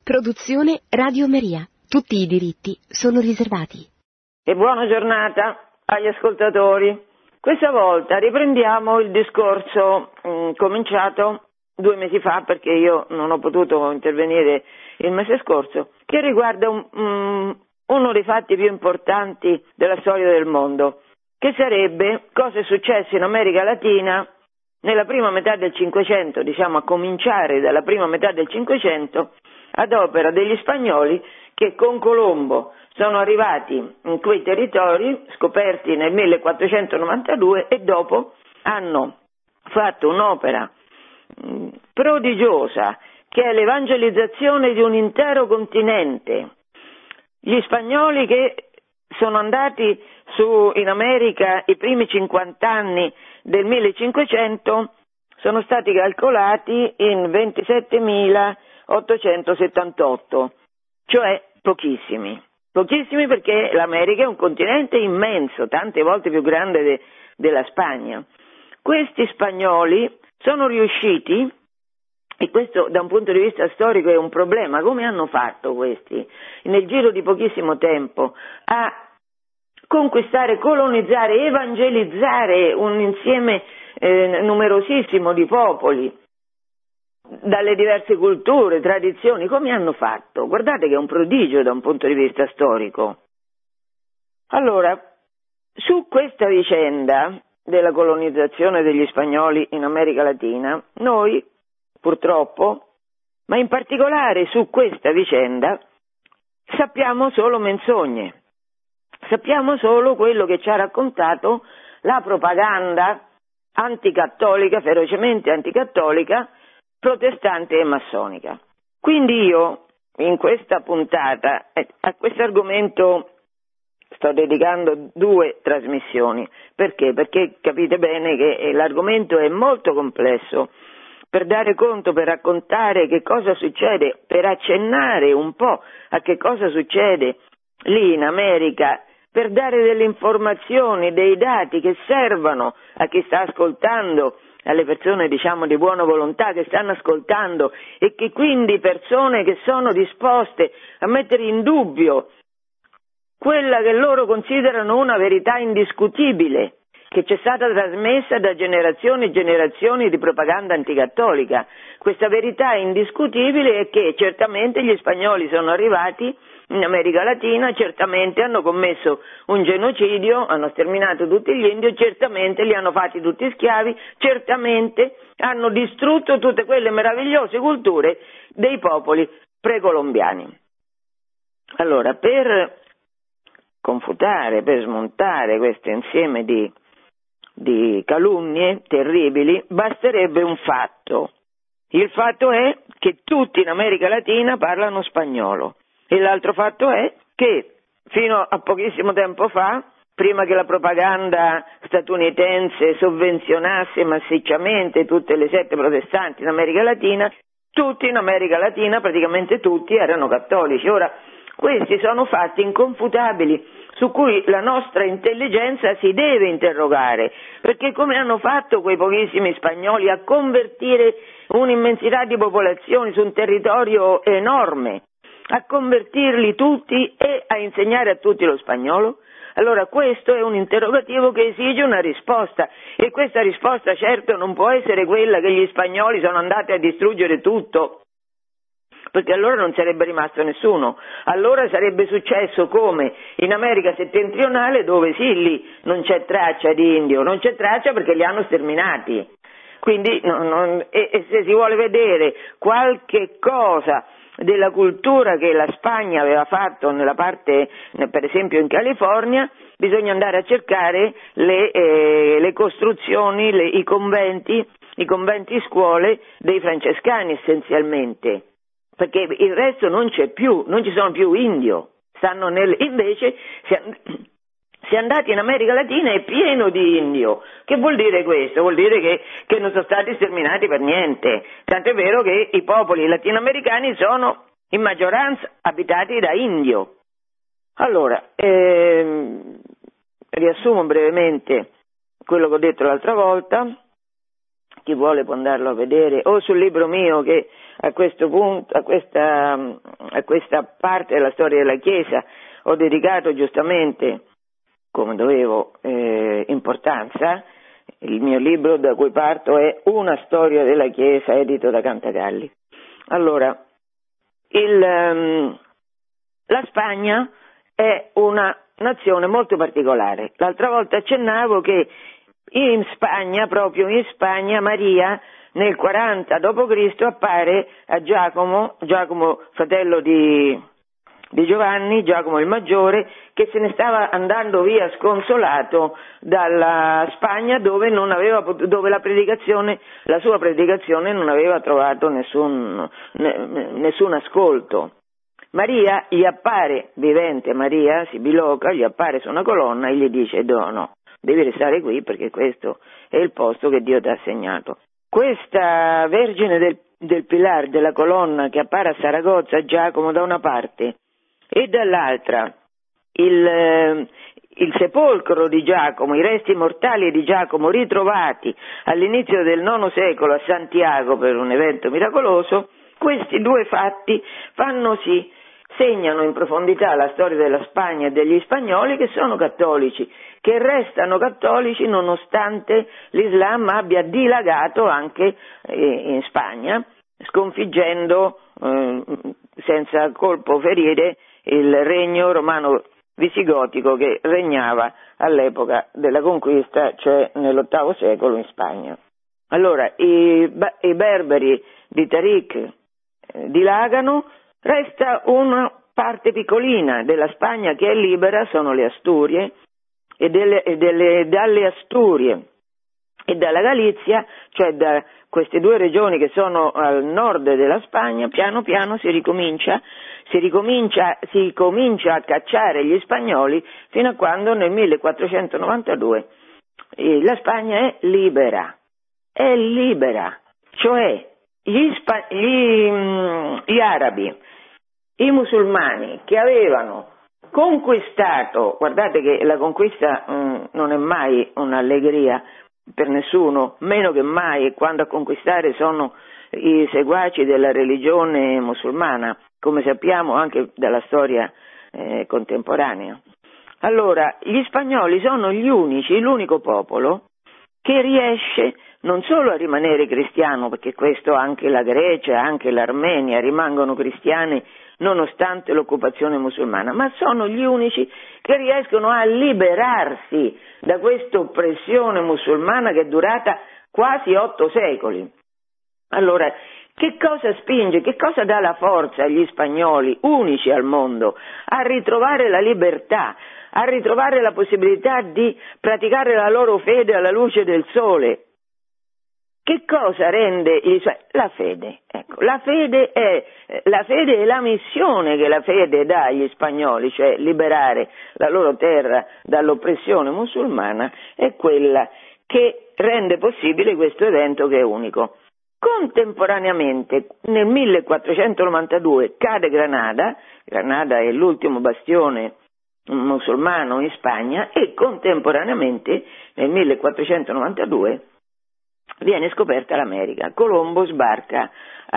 Produzione Radio Maria. Tutti i diritti sono riservati. E buona giornata agli ascoltatori. Questa volta riprendiamo il discorso cominciato 2 mesi fa, perché io non ho potuto intervenire il mese scorso, che riguarda uno dei fatti più importanti della storia del mondo, che sarebbe cosa è successo in America Latina nella prima metà del Cinquecento, diciamo a cominciare dalla prima metà del Cinquecento, ad opera degli spagnoli che con Colombo sono arrivati in quei territori scoperti nel 1492 e dopo hanno fatto un'opera prodigiosa che è l'evangelizzazione di un intero continente. Gli spagnoli che sono andati in America i primi 50 anni del 1500 sono stati calcolati in 27.878, cioè pochissimi perché l'America è un continente immenso, tante volte più grande della Spagna. Questi spagnoli sono riusciti, e questo da un punto di vista storico è un problema, come hanno fatto questi nel giro di pochissimo tempo a conquistare, colonizzare, evangelizzare un insieme numerosissimo di popoli dalle diverse culture, tradizioni, come hanno fatto? Guardate che è un prodigio da un punto di vista storico. Allora, su questa vicenda della colonizzazione degli spagnoli in America Latina, noi purtroppo, ma in particolare su questa vicenda, sappiamo solo menzogne. Sappiamo solo quello che ci ha raccontato la propaganda anticattolica, ferocemente anticattolica, protestante e massonica. Quindi io in questa puntata a questo argomento sto dedicando 2 trasmissioni. Perché? Perché capite bene che l'argomento è molto complesso. Per dare conto, per raccontare che cosa succede, per accennare un po' a che cosa succede lì in America, per dare delle informazioni, dei dati che servano a chi sta ascoltando, alle persone diciamo di buona volontà che stanno ascoltando e che quindi persone che sono disposte a mettere in dubbio quella che loro considerano una verità indiscutibile, che c'è stata trasmessa da generazioni e generazioni di propaganda anticattolica. Questa verità indiscutibile è che certamente gli spagnoli sono arrivati in America Latina, certamente hanno commesso un genocidio, hanno sterminato tutti gli indios, certamente li hanno fatti tutti schiavi, certamente hanno distrutto tutte quelle meravigliose culture dei popoli precolombiani. Allora, per confutare, per smontare questo insieme di calunnie terribili, basterebbe un fatto. Il fatto è che tutti in America Latina parlano spagnolo. E l'altro fatto è che fino a pochissimo tempo fa, prima che la propaganda statunitense sovvenzionasse massicciamente tutte le sette protestanti in America Latina, tutti in America Latina, praticamente tutti, erano cattolici. Ora, questi sono fatti inconfutabili su cui la nostra intelligenza si deve interrogare, perché come hanno fatto quei pochissimi spagnoli a convertire un'immensità di popolazioni su un territorio enorme, a convertirli tutti e a insegnare a tutti lo spagnolo? Allora questo è un interrogativo che esige una risposta, e questa risposta certo non può essere quella che gli spagnoli sono andati a distruggere tutto, perché allora non sarebbe rimasto nessuno. Allora sarebbe successo come in America settentrionale, dove sì, lì non c'è traccia di indio, non c'è traccia perché li hanno sterminati. Quindi e se si vuole vedere qualche cosa della cultura che la Spagna aveva fatto nella parte, per esempio in California, bisogna andare a cercare le costruzioni, i conventi scuole dei francescani essenzialmente, perché il resto non c'è più, non ci sono più indio, invece se andate in America Latina è pieno di indio. Che vuol dire questo? Vuol dire che non sono stati sterminati per niente, tant'è vero che i popoli latinoamericani sono in maggioranza abitati da indio. Allora, riassumo brevemente quello che ho detto l'altra volta. Chi vuole può andarlo a vedere o sul libro mio che a questo punto, a questa parte della storia della Chiesa ho dedicato giustamente, come dovevo, importanza. Il mio libro da cui parto è Una storia della Chiesa, edito da Cantagalli. Allora, la Spagna è una nazione molto particolare. L'altra volta accennavo che proprio in Spagna, Maria nel 40 d.C. appare a Giacomo, fratello di Giovanni, Giacomo il Maggiore, che se ne stava andando via sconsolato dalla Spagna dove la sua predicazione non aveva trovato nessun ascolto. Maria gli appare, vivente Maria, si biloca, gli appare su una colonna e gli dice no, devi restare qui perché questo è il posto che Dio ti ha assegnato. Questa Vergine del Pilar, della colonna che appare a Saragozza, Giacomo da una parte, e dall'altra il sepolcro di Giacomo, i resti mortali di Giacomo ritrovati all'inizio del IX secolo a Santiago per un evento miracoloso, questi due fatti segnano in profondità la storia della Spagna e degli spagnoli che sono cattolici, che restano cattolici nonostante l'Islam abbia dilagato anche in Spagna, sconfiggendo senza colpo ferire il regno romano visigotico che regnava all'epoca della conquista, cioè nell'VIII secolo in Spagna. Allora, i berberi di Tariq dilagano, resta una parte piccolina della Spagna che è libera, sono le Asturie, e dalle Asturie e dalla Galizia, cioè da queste due regioni che sono al nord della Spagna, piano piano si comincia a cacciare gli spagnoli fino a quando nel 1492 la Spagna è libera, cioè gli arabi, i musulmani che avevano conquistato, guardate che la conquista non è mai un'allegria per nessuno, meno che mai quando a conquistare sono i seguaci della religione musulmana, come sappiamo anche dalla storia contemporanea. Allora, gli spagnoli sono l'unico popolo che riesce non solo a rimanere cristiano, perché questo anche la Grecia, anche l'Armenia rimangono cristiane nonostante l'occupazione musulmana, ma sono gli unici che riescono a liberarsi da questa oppressione musulmana che è durata quasi 8 secoli. Allora, che cosa spinge, che cosa dà la forza agli spagnoli, unici al mondo, a ritrovare la libertà, a ritrovare la possibilità di praticare la loro fede alla luce del sole? Che cosa rende la fede? Ecco, la fede è la missione che la fede dà agli spagnoli, cioè liberare la loro terra dall'oppressione musulmana, è quella che rende possibile questo evento che è unico. Contemporaneamente, nel 1492 cade Granada è l'ultimo bastione musulmano in Spagna, e contemporaneamente nel 1492 viene scoperta l'America. Colombo sbarca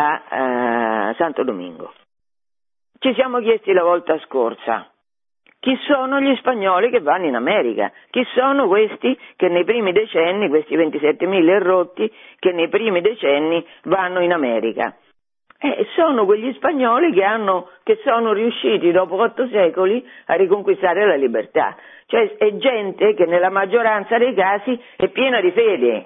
a Santo Domingo. Ci siamo chiesti la volta scorsa, chi sono gli spagnoli che vanno in America? Chi sono questi che nei primi decenni, questi 27.000 errotti, che nei primi decenni vanno in America? Sono quegli spagnoli che sono riusciti dopo 8 secoli a riconquistare la libertà. Cioè è gente che nella maggioranza dei casi è piena di fede.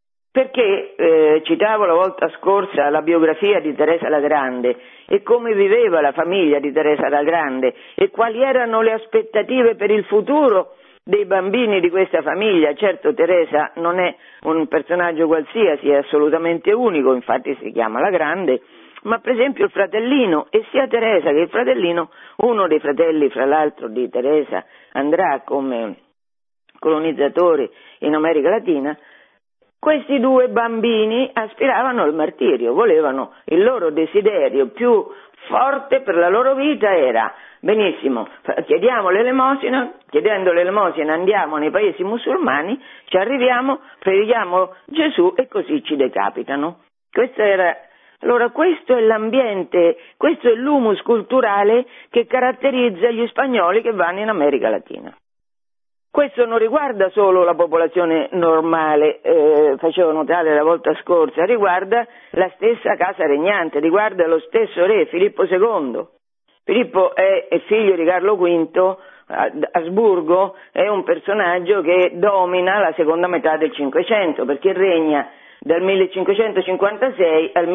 Perché citavo la volta scorsa la biografia di Teresa la Grande e come viveva la famiglia di Teresa la Grande e quali erano le aspettative per il futuro dei bambini di questa famiglia. Certo, Teresa non è un personaggio qualsiasi, è assolutamente unico, infatti si chiama la Grande, ma per esempio il fratellino, e sia Teresa che il fratellino, uno dei fratelli fra l'altro di Teresa andrà come colonizzatore in America Latina. Questi due bambini aspiravano al martirio, volevano, il loro desiderio più forte per la loro vita era: benissimo, chiediamo l'elemosina, chiedendo l'elemosina andiamo nei paesi musulmani, ci arriviamo, predichiamo Gesù e così ci decapitano. Questa era Allora questo è l'ambiente, questo è l'humus culturale che caratterizza gli spagnoli che vanno in America Latina. Questo non riguarda solo la popolazione normale, facevo notare la volta scorsa, riguarda la stessa casa regnante, riguarda lo stesso re, Filippo II. Filippo è figlio di Carlo V, Asburgo, è un personaggio che domina la seconda metà del Cinquecento, perché regna dal 1556 al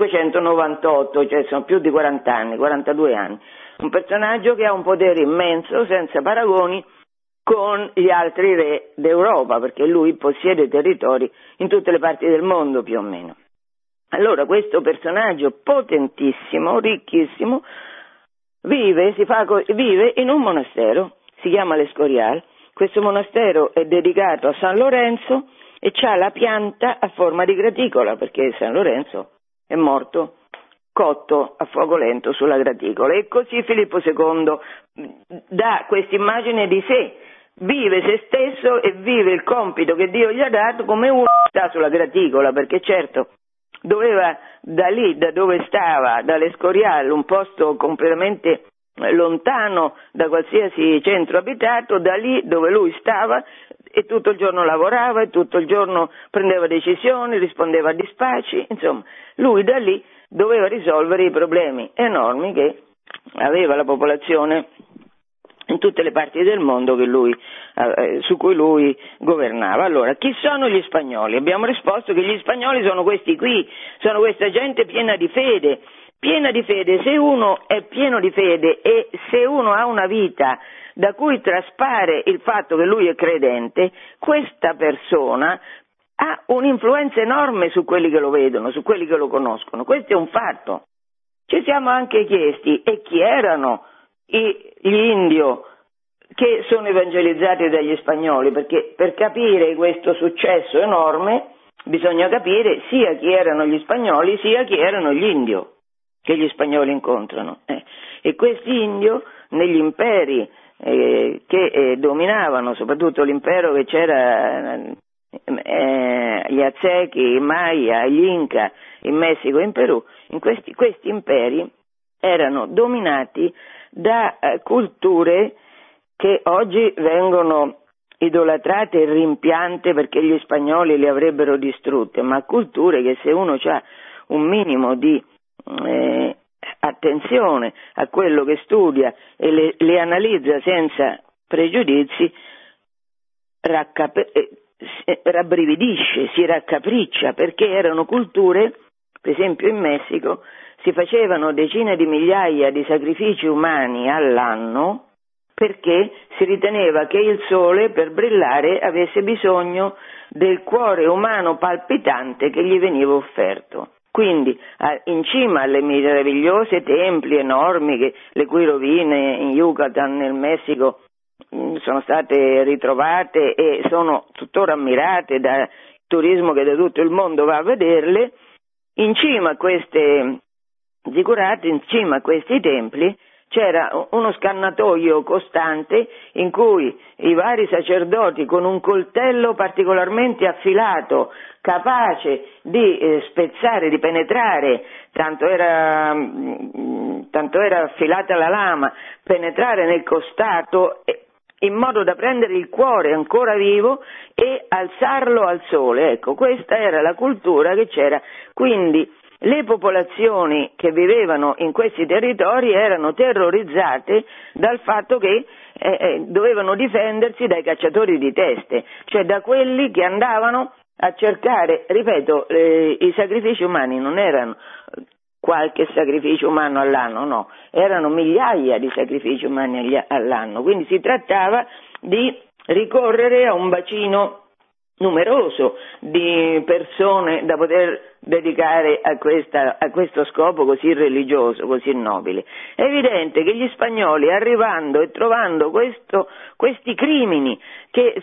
1598, cioè sono più di 40 anni, 42 anni. Un personaggio che ha un potere immenso, senza paragoni, con gli altri re d'Europa, perché lui possiede territori in tutte le parti del mondo più o meno. Allora questo personaggio potentissimo, ricchissimo, vive in un monastero, si chiama l'Escorial. Questo monastero è dedicato a San Lorenzo e c'ha la pianta a forma di graticola, perché San Lorenzo è morto cotto a fuoco lento sulla graticola, e così Filippo II dà questa immagine di sé, vive se stesso e vive il compito che Dio gli ha dato come uno che sta sulla graticola, perché certo doveva da lì, da dove stava, dall'Escorial, un posto completamente lontano da qualsiasi centro abitato, da lì dove lui stava, e tutto il giorno lavorava e tutto il giorno prendeva decisioni, rispondeva a dispacci, insomma lui da lì doveva risolvere i problemi enormi che aveva la popolazione in tutte le parti del mondo su cui lui governava. Allora, chi sono gli spagnoli? Abbiamo risposto che gli spagnoli sono questi qui, sono questa gente piena di fede. Piena di fede, se uno è pieno di fede e se uno ha una vita da cui traspare il fatto che lui è credente, questa persona ha un'influenza enorme su quelli che lo vedono, su quelli che lo conoscono. Questo è un fatto. Ci siamo anche chiesti, e chi erano gli indio che sono evangelizzati dagli spagnoli? Perché per capire questo successo enorme bisogna capire sia chi erano gli spagnoli sia chi erano gli indio che gli spagnoli incontrano. E questi indio negli imperi che dominavano, soprattutto l'impero che c'era, gli Aztechi, i Maya, gli Inca in Messico e in Perù, questi imperi erano dominati da culture che oggi vengono idolatrate e rimpiante perché gli spagnoli le avrebbero distrutte, ma culture che se uno ha un minimo di attenzione a quello che studia e le analizza senza pregiudizi, rabbrividisce, si raccapriccia, perché erano culture, per esempio in Messico, si facevano decine di migliaia di sacrifici umani all'anno perché si riteneva che il sole per brillare avesse bisogno del cuore umano palpitante che gli veniva offerto. Quindi in cima alle meravigliose templi enormi, le cui rovine in Yucatan, nel Messico, sono state ritrovate e sono tuttora ammirate da turismo che da tutto il mondo va a vederle, in cima a queste zigurate, in cima a questi templi, c'era uno scannatoio costante in cui i vari sacerdoti con un coltello particolarmente affilato, capace di spezzare, di penetrare, tanto era affilata la lama, penetrare nel costato in modo da prendere il cuore ancora vivo e alzarlo al sole. Ecco, questa era la cultura che c'era. Quindi le popolazioni che vivevano in questi territori erano terrorizzate dal fatto che dovevano difendersi dai cacciatori di teste, cioè da quelli che andavano a cercare, ripeto, i sacrifici umani non erano qualche sacrificio umano all'anno, no, erano migliaia di sacrifici umani all'anno, quindi si trattava di ricorrere a un bacino numeroso di persone da poter dedicare a questo scopo così religioso, così nobile. È evidente che gli spagnoli, arrivando e trovando questi crimini che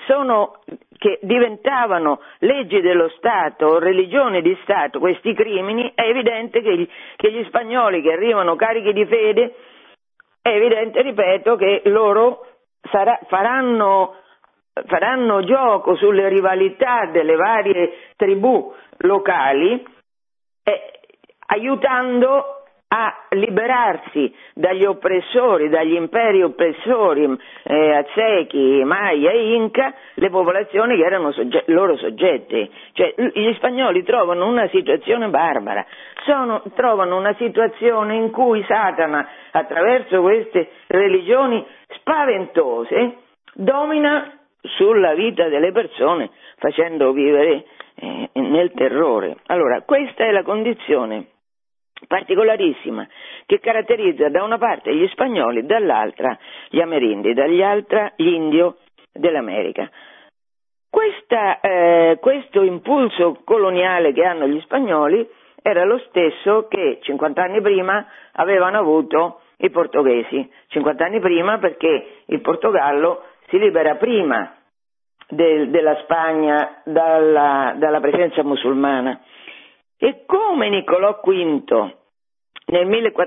diventavano leggi dello Stato, religione di Stato, questi crimini, è evidente che gli spagnoli che arrivano carichi di fede, è evidente, ripeto, che loro faranno gioco sulle rivalità delle varie tribù locali, aiutando a liberarsi dagli oppressori, dagli imperi oppressori, Aztechi, Maya e Inca, le popolazioni che erano loro soggette. Cioè, gli spagnoli trovano una situazione barbara, trovano una situazione in cui Satana, attraverso queste religioni spaventose, domina sulla vita delle persone, facendo vivere nel terrore. Allora, questa è la condizione particolarissima che caratterizza da una parte gli spagnoli, dall'altra gli amerindi, dall'altra gli indio dell'America. Questo impulso coloniale che hanno gli spagnoli era lo stesso che 50 anni prima avevano avuto i portoghesi, 50 anni prima, perché il Portogallo si libera prima della Spagna dalla presenza musulmana. E come Niccolò V nel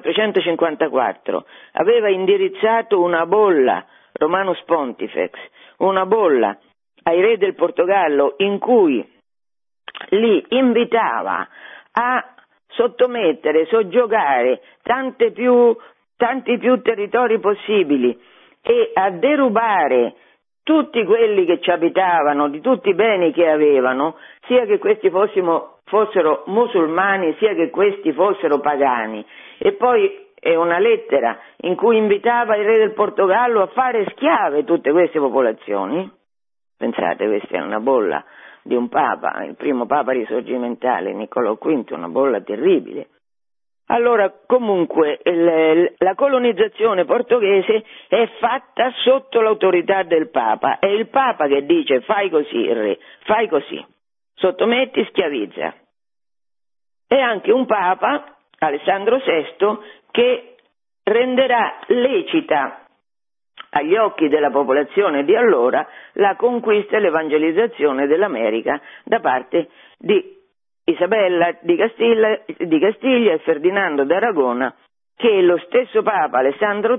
1454 aveva indirizzato una bolla, Romanus Pontifex, una bolla ai re del Portogallo in cui li invitava a sottomettere, soggiogare tanti più territori possibili e a derubare tutti quelli che ci abitavano, di tutti i beni che avevano, sia che questi fossero musulmani, sia che questi fossero pagani. E poi è una lettera in cui invitava il re del Portogallo a fare schiave tutte queste popolazioni. Pensate, questa è una bolla di un papa, il primo papa risorgimentale, Niccolò V, una bolla terribile. Allora, comunque, la colonizzazione portoghese è fatta sotto l'autorità del Papa. È il Papa che dice: fai così, il re, fai così, sottometti, schiavizza. È anche un Papa, Alessandro VI, che renderà lecita agli occhi della popolazione di allora la conquista e l'evangelizzazione dell'America da parte di Isabella di Castiglia e Ferdinando d'Aragona, che lo stesso Papa Alessandro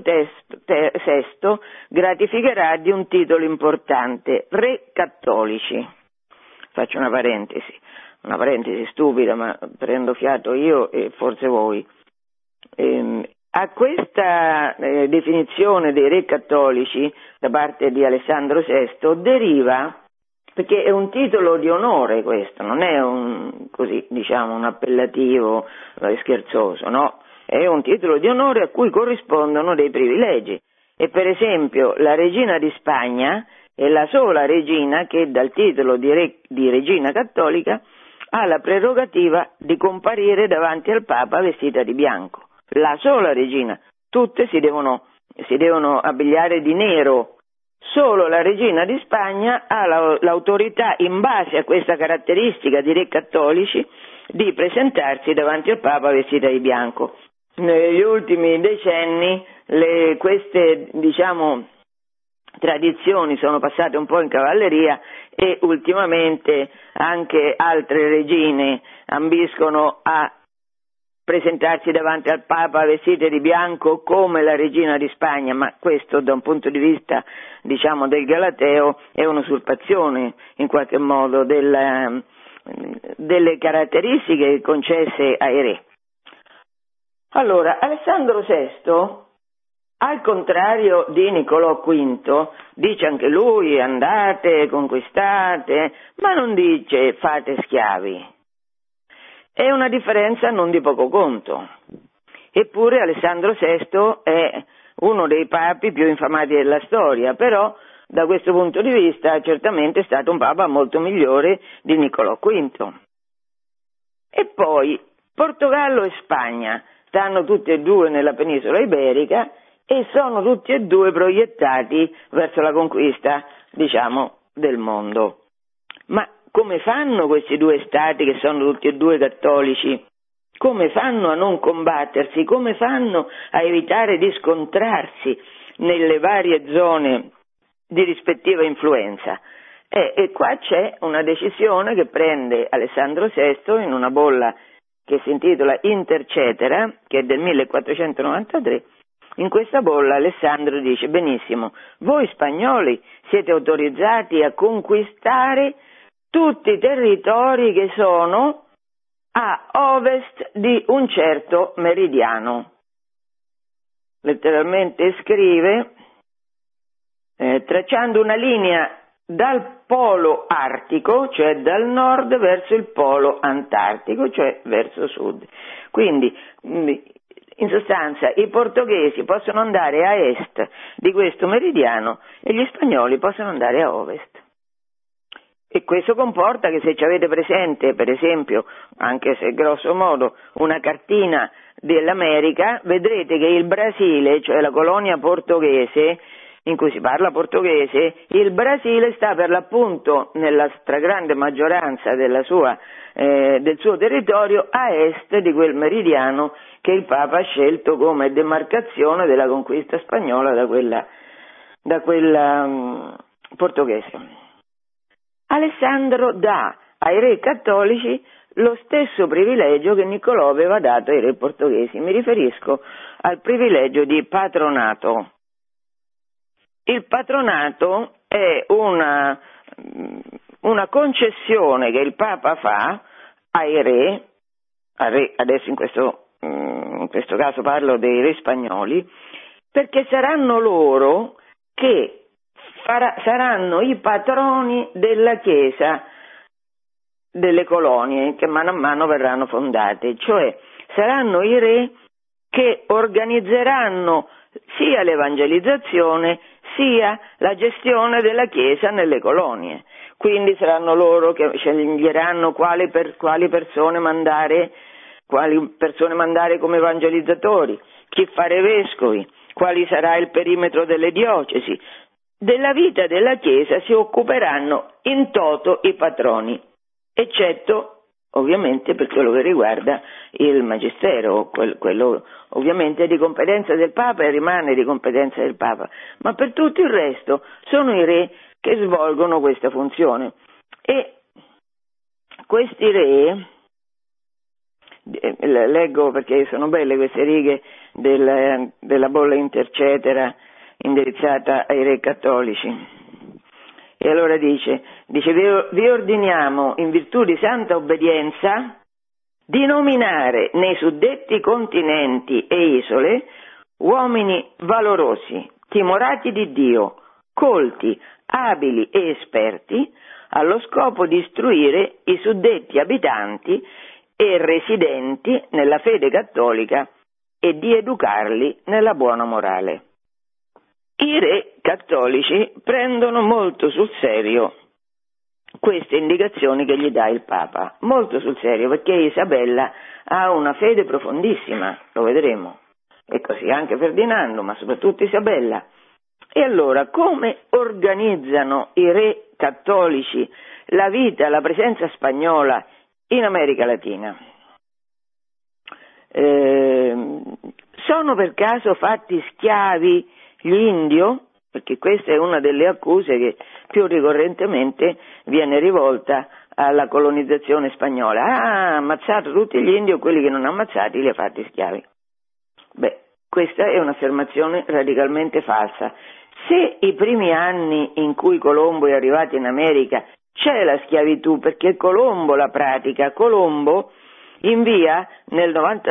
VI gratificherà di un titolo importante: re cattolici. Faccio una parentesi stupida, ma prendo fiato io e forse voi. A questa definizione dei re cattolici da parte di Alessandro VI deriva, perché è un titolo di onore questo, non è un appellativo scherzoso, no? È un titolo di onore a cui corrispondono dei privilegi. E per esempio la regina di Spagna è la sola regina che dal titolo di regina cattolica ha la prerogativa di comparire davanti al Papa vestita di bianco. La sola regina, tutte si devono abbigliare di nero. Solo la regina di Spagna ha l'autorità, in base a questa caratteristica di re cattolici, di presentarsi davanti al Papa vestita di bianco. Negli ultimi decenni queste tradizioni sono passate un po' in cavalleria e ultimamente anche altre regine ambiscono a presentarsi davanti al Papa vestite di bianco come la regina di Spagna, ma questo da un punto di vista del Galateo è un'usurpazione in qualche modo delle caratteristiche concesse ai re. Allora, Alessandro VI, al contrario di Niccolò V, dice anche lui: andate, conquistate, ma non dice fate schiavi. È una differenza non di poco conto. Eppure Alessandro VI è uno dei papi più infamati della storia, però da questo punto di vista certamente è stato un papa molto migliore di Niccolò V. E poi Portogallo e Spagna stanno tutti e due nella penisola iberica e sono tutti e due proiettati verso la conquista, del mondo. Ma come fanno questi due stati, che sono tutti e due cattolici, come fanno a non combattersi? Come fanno a evitare di scontrarsi nelle varie zone di rispettiva influenza? E qua c'è una decisione che prende Alessandro VI in una bolla che si intitola Inter Cetera, che è del 1493. In questa bolla Alessandro dice: benissimo, voi spagnoli siete autorizzati a conquistare tutti i territori che sono a ovest di un certo meridiano. Letteralmente scrive, tracciando una linea dal polo artico, cioè dal nord, verso il polo antartico, cioè verso sud. Quindi, in sostanza, i portoghesi possono andare a est di questo meridiano e gli spagnoli possono andare a ovest. E questo comporta che, se ci avete presente, per esempio, anche se grosso modo, una cartina dell'America, vedrete che il Brasile, cioè la colonia portoghese, in cui si parla portoghese, il Brasile sta per l'appunto nella stragrande maggioranza del suo territorio a est di quel meridiano che il Papa ha scelto come demarcazione della conquista spagnola da quella portoghese. Alessandro dà ai re cattolici lo stesso privilegio che Niccolò aveva dato ai re portoghesi. Mi riferisco al privilegio di patronato. Il patronato è una concessione che il Papa fa ai re, adesso in questo caso parlo dei re spagnoli, perché saranno loro che saranno i patroni della Chiesa delle colonie che mano a mano verranno fondate, cioè saranno i re che organizzeranno sia l'evangelizzazione sia la gestione della Chiesa nelle colonie. Quindi saranno loro che sceglieranno quali persone mandare come evangelizzatori, chi fare vescovi, quali sarà il perimetro delle diocesi. Della vita della Chiesa si occuperanno in toto i patroni, eccetto ovviamente per quello che riguarda il magistero, quello ovviamente è di competenza del Papa e rimane di competenza del Papa, ma per tutto il resto sono i re che svolgono questa funzione. E questi re, leggo perché sono belle queste righe della bolla intercetera indirizzata ai re cattolici. E allora dice vi ordiniamo in virtù di santa obbedienza di nominare nei suddetti continenti e isole uomini valorosi, timorati di Dio, colti, abili e esperti, allo scopo di istruire i suddetti abitanti e residenti nella fede cattolica e di educarli nella buona morale. I re cattolici prendono molto sul serio queste indicazioni che gli dà il Papa, molto sul serio, perché Isabella ha una fede profondissima, lo vedremo, e così anche Ferdinando, ma soprattutto Isabella. E allora come organizzano i re cattolici la vita, la presenza spagnola in America Latina? Sono per caso fatti schiavi gli indio? Perché questa è una delle accuse che più ricorrentemente viene rivolta alla colonizzazione spagnola. Ha ammazzato tutti gli indi, o quelli che non ha ammazzati li ha fatti schiavi. Beh, questa è un'affermazione radicalmente falsa. Se i primi anni in cui Colombo è arrivato in America c'è la schiavitù, perché Colombo la pratica, Colombo invia nel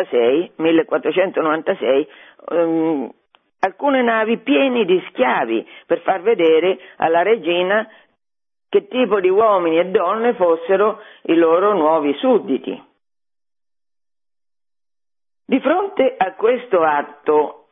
1496 alcune navi piene di schiavi per far vedere alla regina che tipo di uomini e donne fossero i loro nuovi sudditi. Di fronte a questo atto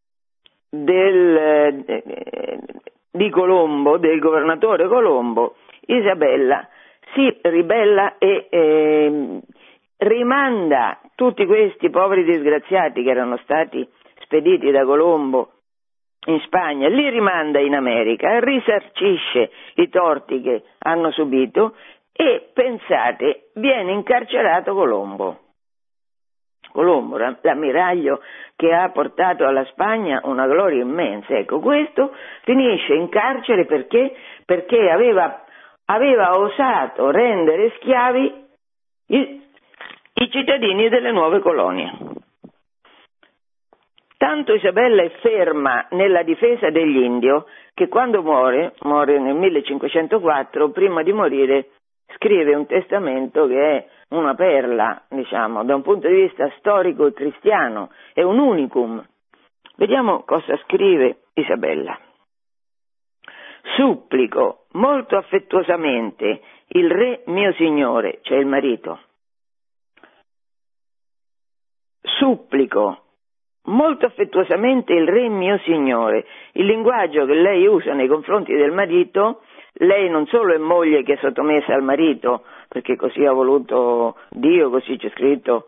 di Colombo, del governatore Colombo, Isabella si ribella e rimanda tutti questi poveri disgraziati che erano stati spediti da Colombo in Spagna, li rimanda in America, risarcisce i torti che hanno subito e, pensate, viene incarcerato Colombo, l'ammiraglio che ha portato alla Spagna una gloria immensa. Ecco, questo finisce in carcere perché aveva osato rendere schiavi i cittadini delle nuove colonie. Tanto Isabella è ferma nella difesa degli indio che quando muore nel 1504, prima di morire scrive un testamento che è una perla, diciamo, da un punto di vista storico e cristiano, è un unicum. Vediamo cosa scrive Isabella. Supplico molto affettuosamente il re mio signore, cioè il marito. Supplico molto affettuosamente il re mio signore. Il linguaggio che lei usa nei confronti del marito, lei non solo è moglie che è sottomessa al marito, perché così ha voluto Dio, così c'è scritto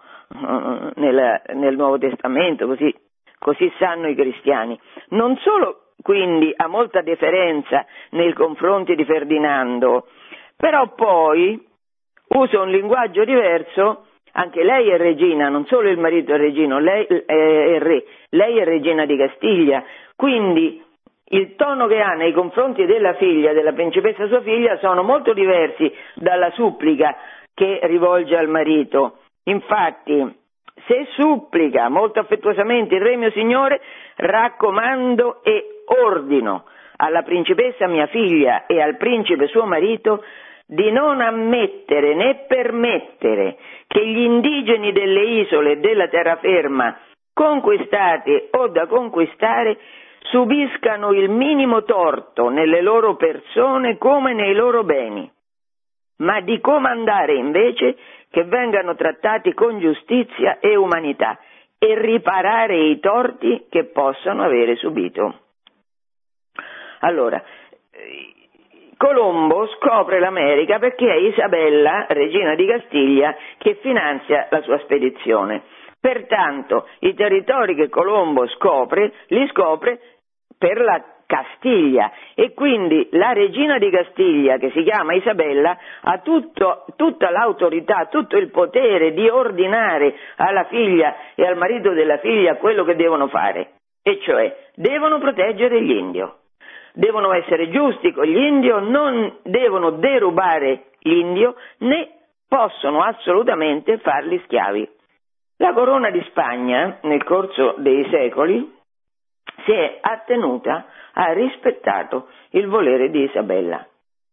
nel Nuovo Testamento, così sanno i cristiani. Non solo quindi ha molta deferenza nei confronti di Ferdinando, però poi usa un linguaggio diverso. Anche lei è regina, non solo il marito è regino, lei è re, lei è regina di Castiglia, quindi il tono che ha nei confronti della figlia, della principessa sua figlia, sono molto diversi dalla supplica che rivolge al marito. Infatti, se supplica molto affettuosamente il re mio signore, raccomando e ordino alla principessa mia figlia e al principe suo marito di non ammettere né permettere che gli indigeni delle isole e della terraferma conquistate o da conquistare subiscano il minimo torto nelle loro persone come nei loro beni, ma di comandare invece che vengano trattati con giustizia e umanità e riparare i torti che possano avere subito. Allora, Colombo scopre l'America perché è Isabella, regina di Castiglia, che finanzia la sua spedizione. Pertanto i territori che Colombo scopre, li scopre per la Castiglia e quindi la regina di Castiglia, che si chiama Isabella, ha tutta l'autorità, tutto il potere di ordinare alla figlia e al marito della figlia quello che devono fare, e cioè devono proteggere gli indio. Devono essere giusti con gli indio, non devono derubare l'indio, né possono assolutamente farli schiavi. La corona di Spagna, nel corso dei secoli, si è attenuta, ha rispettato il volere di Isabella.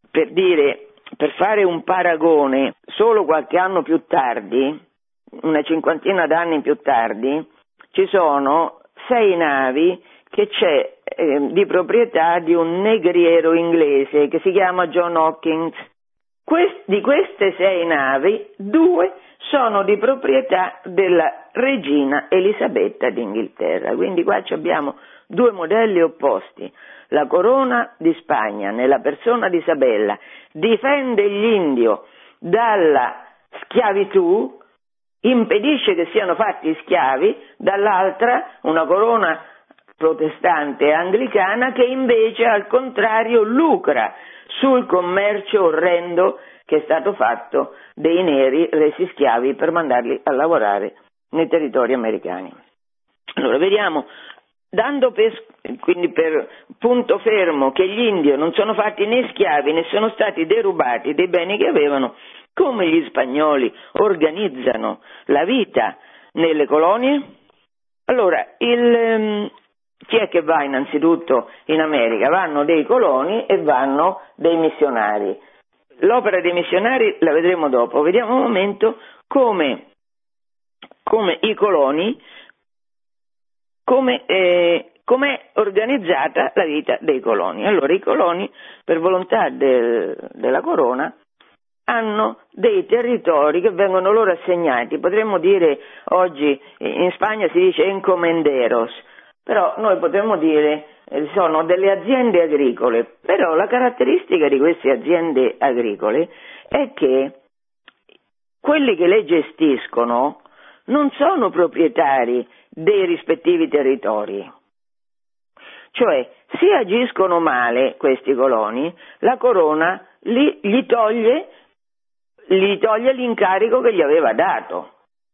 Per fare un paragone, solo qualche anno più tardi, una cinquantina d'anni più tardi, ci sono 6 navi che c'è di proprietà di un negriero inglese che si chiama John Hawkins. Di queste 6 navi, 2 sono di proprietà della regina Elisabetta d'Inghilterra, quindi qua abbiamo 2 modelli opposti. La corona di Spagna, nella persona di Isabella, difende l'indio dalla schiavitù, impedisce che siano fatti schiavi, dall'altra una corona protestante e anglicana che invece al contrario lucra sul commercio orrendo che è stato fatto dei neri resi schiavi per mandarli a lavorare nei territori americani. Allora vediamo, quindi per punto fermo che gli indio non sono fatti né schiavi né sono stati derubati dei beni che avevano, come gli spagnoli organizzano la vita nelle colonie. Allora, chi è che va innanzitutto in America? Vanno dei coloni e vanno dei missionari. L'opera dei missionari la vedremo dopo. Vediamo un momento come i coloni, come è organizzata la vita dei coloni. Allora, i coloni, per volontà della corona, hanno dei territori che vengono loro assegnati. Potremmo dire oggi, in Spagna si dice encomenderos, però noi potremmo dire sono delle aziende agricole, però la caratteristica di queste aziende agricole è che quelli che le gestiscono non sono proprietari dei rispettivi territori. Cioè, se agiscono male questi coloni, la corona gli toglie l'incarico che gli aveva dato.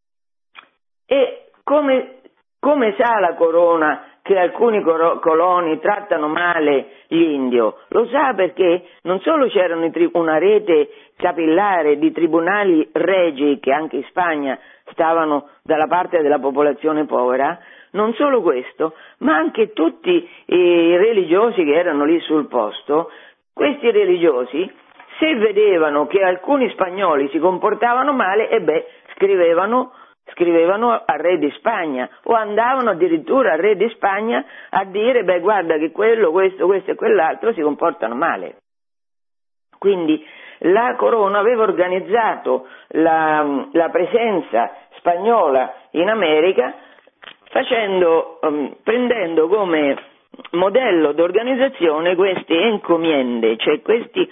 E come sa la corona che alcuni coloni trattano male gli indio? Lo sa perché non solo c'erano una rete capillare di tribunali regi che anche in Spagna stavano dalla parte della popolazione povera, non solo questo, ma anche tutti i religiosi che erano lì sul posto. Questi religiosi se vedevano che alcuni spagnoli si comportavano male, scrivevano al re di Spagna, o andavano addirittura al re di Spagna a dire guarda che quello, questo e quell'altro si comportano male. Quindi la corona aveva organizzato la presenza spagnola in America prendendo come modello d'organizzazione queste encomiende, cioè queste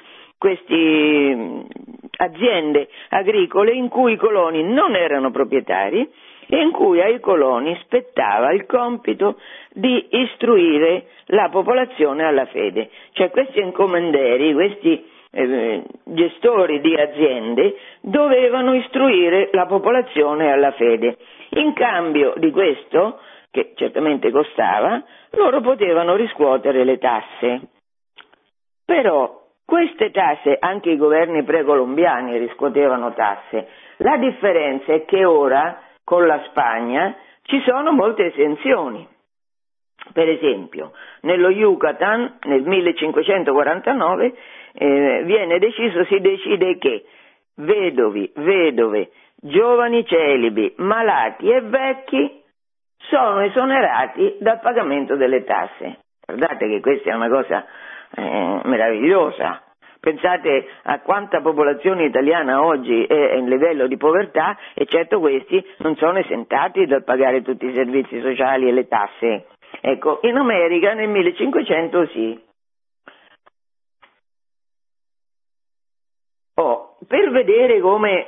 aziende agricole in cui i coloni non erano proprietari e in cui ai coloni spettava il compito di istruire la popolazione alla fede. Cioè questi encomenderi, questi gestori di aziende dovevano istruire la popolazione alla fede. In cambio di questo, che certamente costava, loro potevano riscuotere le tasse. Però queste tasse, anche i governi precolombiani riscuotevano tasse. La differenza è che ora, con la Spagna, ci sono molte esenzioni. Per esempio, nello Yucatan, nel 1549, si decide che vedovi, vedove, giovani celibi, malati e vecchi sono esonerati dal pagamento delle tasse. Guardate che questa è una cosa meravigliosa. Pensate a quanta popolazione italiana oggi è in livello di povertà e certo questi non sono esentati dal pagare tutti i servizi sociali e le tasse. Ecco, in America nel 1500 sì. Per vedere come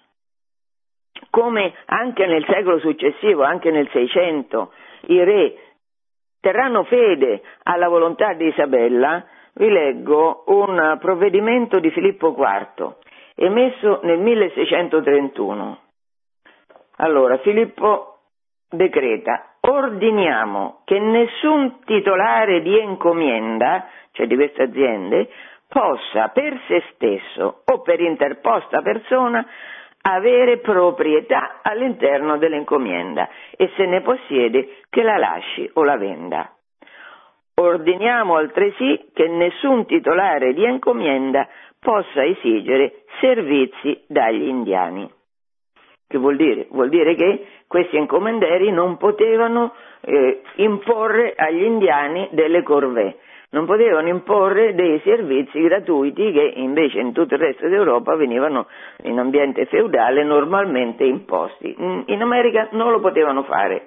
anche nel secolo successivo, anche nel 600, i re terranno fede alla volontà di Isabella, vi leggo un provvedimento di Filippo IV, emesso nel 1631. Allora, Filippo decreta: ordiniamo che nessun titolare di encomienda, cioè di queste aziende, possa per se stesso o per interposta persona avere proprietà all'interno dell'encomienda e se ne possiede che la lasci o la venda. Ordiniamo altresì che nessun titolare di encomienda possa esigere servizi dagli indiani. Che vuol dire? Vuol dire che questi encomenderi non potevano imporre agli indiani delle corvée, non potevano imporre dei servizi gratuiti che invece in tutto il resto d'Europa venivano in ambiente feudale normalmente imposti. In America non lo potevano fare.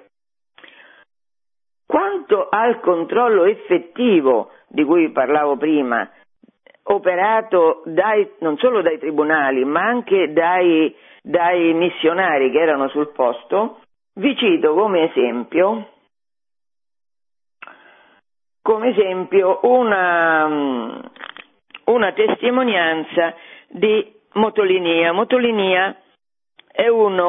Quanto al controllo effettivo di cui parlavo prima, operato non solo dai tribunali ma anche dai missionari che erano sul posto, vi cito come esempio una testimonianza di Motolinia. Motolinia è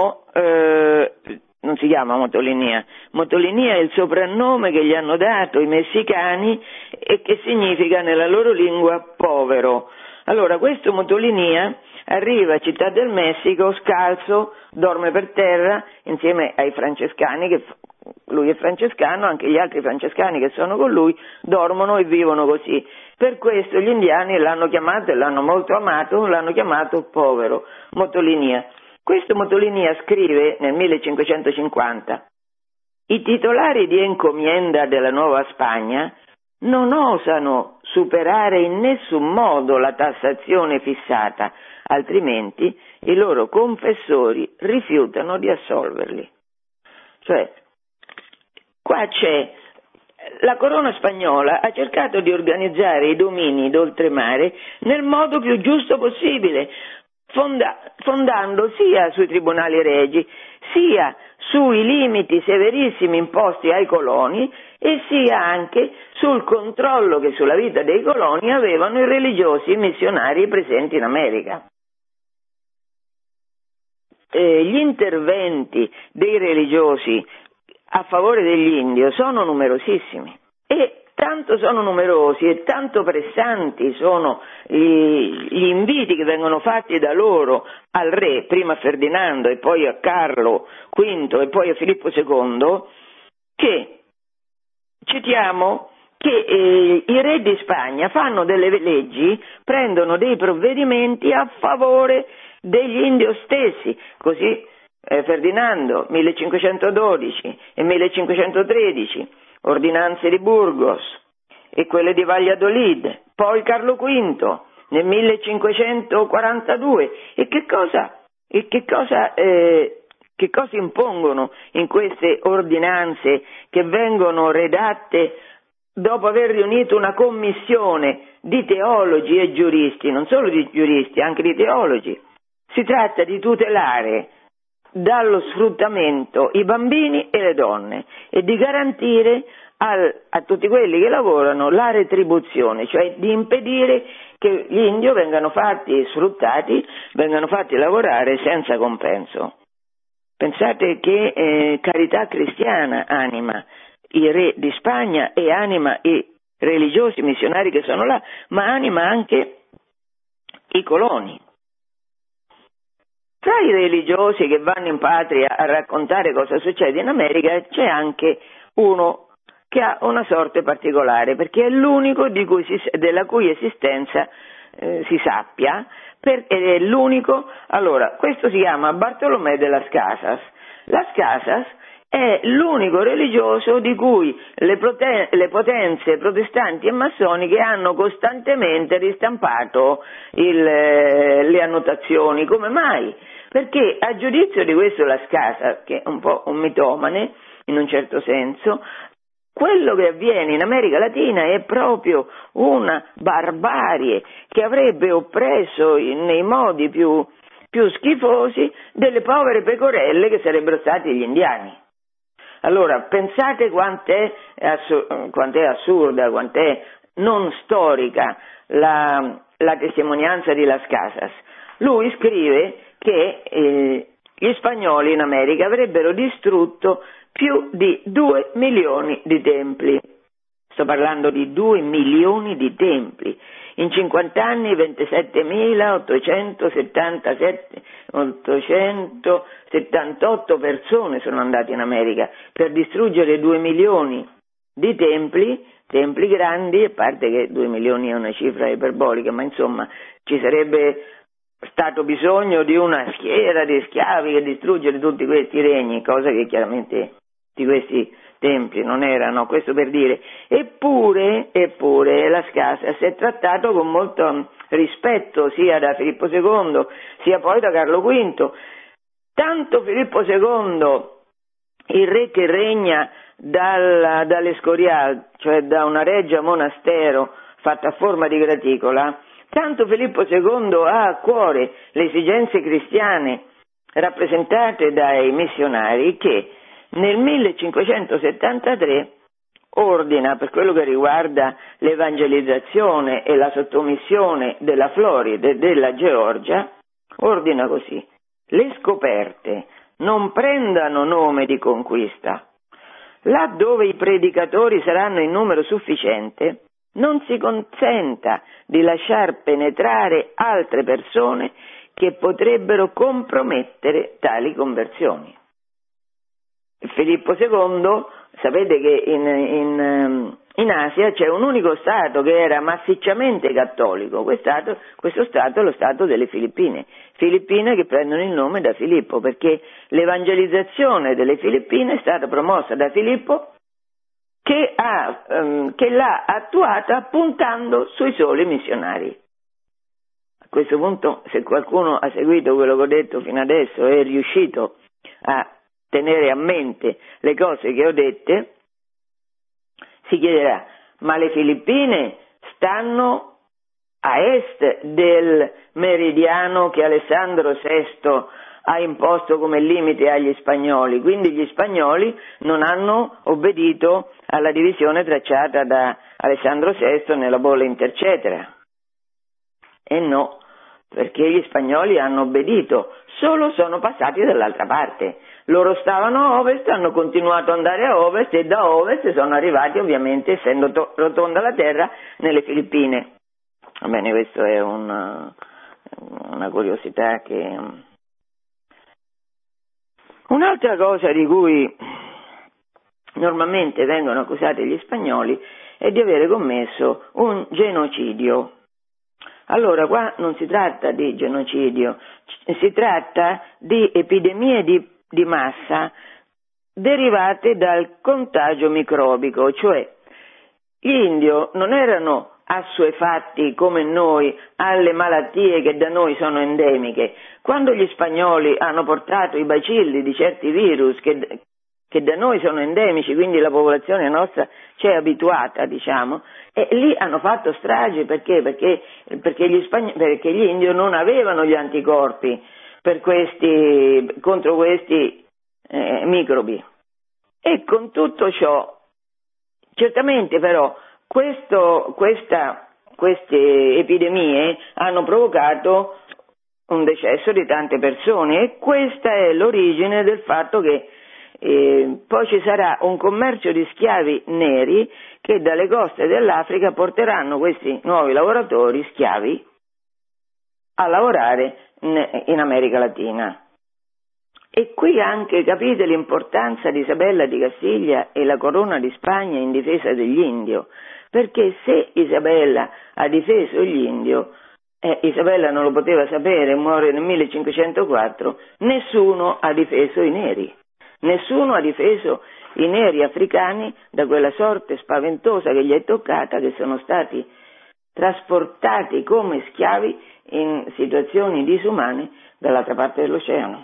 non si chiama Motolinia è il soprannome che gli hanno dato i messicani e che significa nella loro lingua povero. Allora, questo Motolinia arriva a Città del Messico scalzo, dorme per terra insieme ai francescani, che lui è francescano, anche gli altri francescani che sono con lui dormono e vivono così. Per questo gli indiani l'hanno chiamato e l'hanno molto amato, l'hanno chiamato povero, Motolinia. Questo Motolinia scrive nel 1550: i titolari di encomienda della Nuova Spagna non osano superare in nessun modo la tassazione fissata, altrimenti i loro confessori rifiutano di assolverli. Cioè, qua la corona spagnola ha cercato di organizzare i domini d'oltremare nel modo più giusto possibile, fondando sia sui tribunali regi, sia sui limiti severissimi imposti ai coloni e sia anche sul controllo che sulla vita dei coloni avevano i religiosi missionari presenti in America. Gli interventi dei religiosi a favore degli indios sono numerosissimi e tanto sono numerosi e tanto pressanti sono gli inviti che vengono fatti da loro al re, prima a Ferdinando e poi a Carlo V e poi a Filippo II, che citiamo che i re di Spagna fanno delle leggi, prendono dei provvedimenti a favore degli indios stessi, così Ferdinando 1512 e 1513, ordinanze di Burgos e quelle di Valladolid, poi Carlo V nel 1542 e che cosa impongono in queste ordinanze che vengono redatte dopo aver riunito una commissione di teologi e giuristi, non solo di giuristi, anche di teologi? Si tratta di tutelare dallo sfruttamento i bambini e le donne e di garantire a tutti quelli che lavorano la retribuzione, cioè di impedire che gli indio vengano fatti sfruttati, vengano fatti lavorare senza compenso. Pensate che carità cristiana anima i re di Spagna e anima i religiosi missionari che sono là, ma anima anche i coloni. Tra i religiosi che vanno in patria a raccontare cosa succede in America c'è anche uno che ha una sorte particolare, perché è l'unico della cui esistenza si sappia, ed è l'unico. Allora, questo si chiama Bartolomé de las Casas. Las Casas è l'unico religioso di cui le potenze protestanti e massoniche hanno costantemente ristampato le annotazioni. Come mai? Perché a giudizio di questo Las Casas, che è un po' un mitomane in un certo senso, quello che avviene in America Latina è proprio una barbarie che avrebbe oppresso nei modi più schifosi delle povere pecorelle che sarebbero stati gli indiani. Allora, pensate quant'è assurda, quant'è non storica la testimonianza di Las Casas. Lui scrive che gli spagnoli in America avrebbero distrutto più di 2 milioni di templi. Sto parlando di 2 milioni di templi. In 50 anni 27.878 persone sono andate in America per distruggere 2 milioni di templi grandi, a parte che 2 milioni è una cifra iperbolica, ma insomma ci sarebbe stato bisogno di una schiera di schiavi che distruggere tutti questi regni, cosa che chiaramente di questi templi non erano, questo per dire. Eppure Las Casas è trattato con molto rispetto sia da Filippo II sia poi da Carlo V. Tanto Filippo II, il re che regna dall'Escorial, cioè da una reggia monastero fatta a forma di graticola, tanto Filippo II ha a cuore le esigenze cristiane rappresentate dai missionari che nel 1573 ordina, per quello che riguarda l'evangelizzazione e la sottomissione della Florida e della Georgia, ordina così: le scoperte non prendano nome di conquista. Là dove i predicatori saranno in numero sufficiente, non si consenta di lasciar penetrare altre persone che potrebbero compromettere tali conversioni. Filippo II, sapete che in Asia c'è un unico stato che era massicciamente cattolico, questo stato è lo stato delle Filippine che prendono il nome da Filippo, perché l'evangelizzazione delle Filippine è stata promossa da Filippo che l'ha attuata puntando sui soli missionari. A questo punto, se qualcuno ha seguito quello che ho detto fino adesso e è riuscito a tenere a mente le cose che ho dette, si chiederà: ma le Filippine stanno a est del meridiano che Alessandro VI ha imposto come limite agli spagnoli, quindi gli spagnoli non hanno obbedito alla divisione tracciata da Alessandro VI nella bolla intercetera. E no, perché gli spagnoli hanno obbedito, solo sono passati dall'altra parte. Loro stavano a ovest, hanno continuato ad andare a ovest e da ovest sono arrivati, ovviamente, essendo rotonda la terra, nelle Filippine. Va bene, questo è una curiosità che... Un'altra cosa di cui normalmente vengono accusati gli spagnoli e di avere commesso un genocidio. Allora, qua non si tratta di genocidio, si tratta di epidemie di massa derivate dal contagio microbico, cioè gli indio non erano assuefatti come noi alle malattie che da noi sono endemiche. Quando gli spagnoli hanno portato i bacilli di certi virus che da noi sono endemici, quindi la popolazione nostra ci è abituata, diciamo, e lì hanno fatto strage perché gli indio non avevano gli anticorpi contro questi microbi. E con tutto ciò, certamente però, queste epidemie hanno provocato un decesso di tante persone e questa è l'origine del fatto che poi ci sarà un commercio di schiavi neri che dalle coste dell'Africa porteranno questi nuovi lavoratori schiavi a lavorare in America Latina. E qui anche capite l'importanza di Isabella di Castiglia e la corona di Spagna in difesa degli indio, perché se Isabella ha difeso gli indio, Isabella non lo poteva sapere, muore nel 1504, nessuno ha difeso i neri. Nessuno ha difeso i neri africani da quella sorte spaventosa che gli è toccata, che sono stati trasportati come schiavi in situazioni disumane dall'altra parte dell'oceano.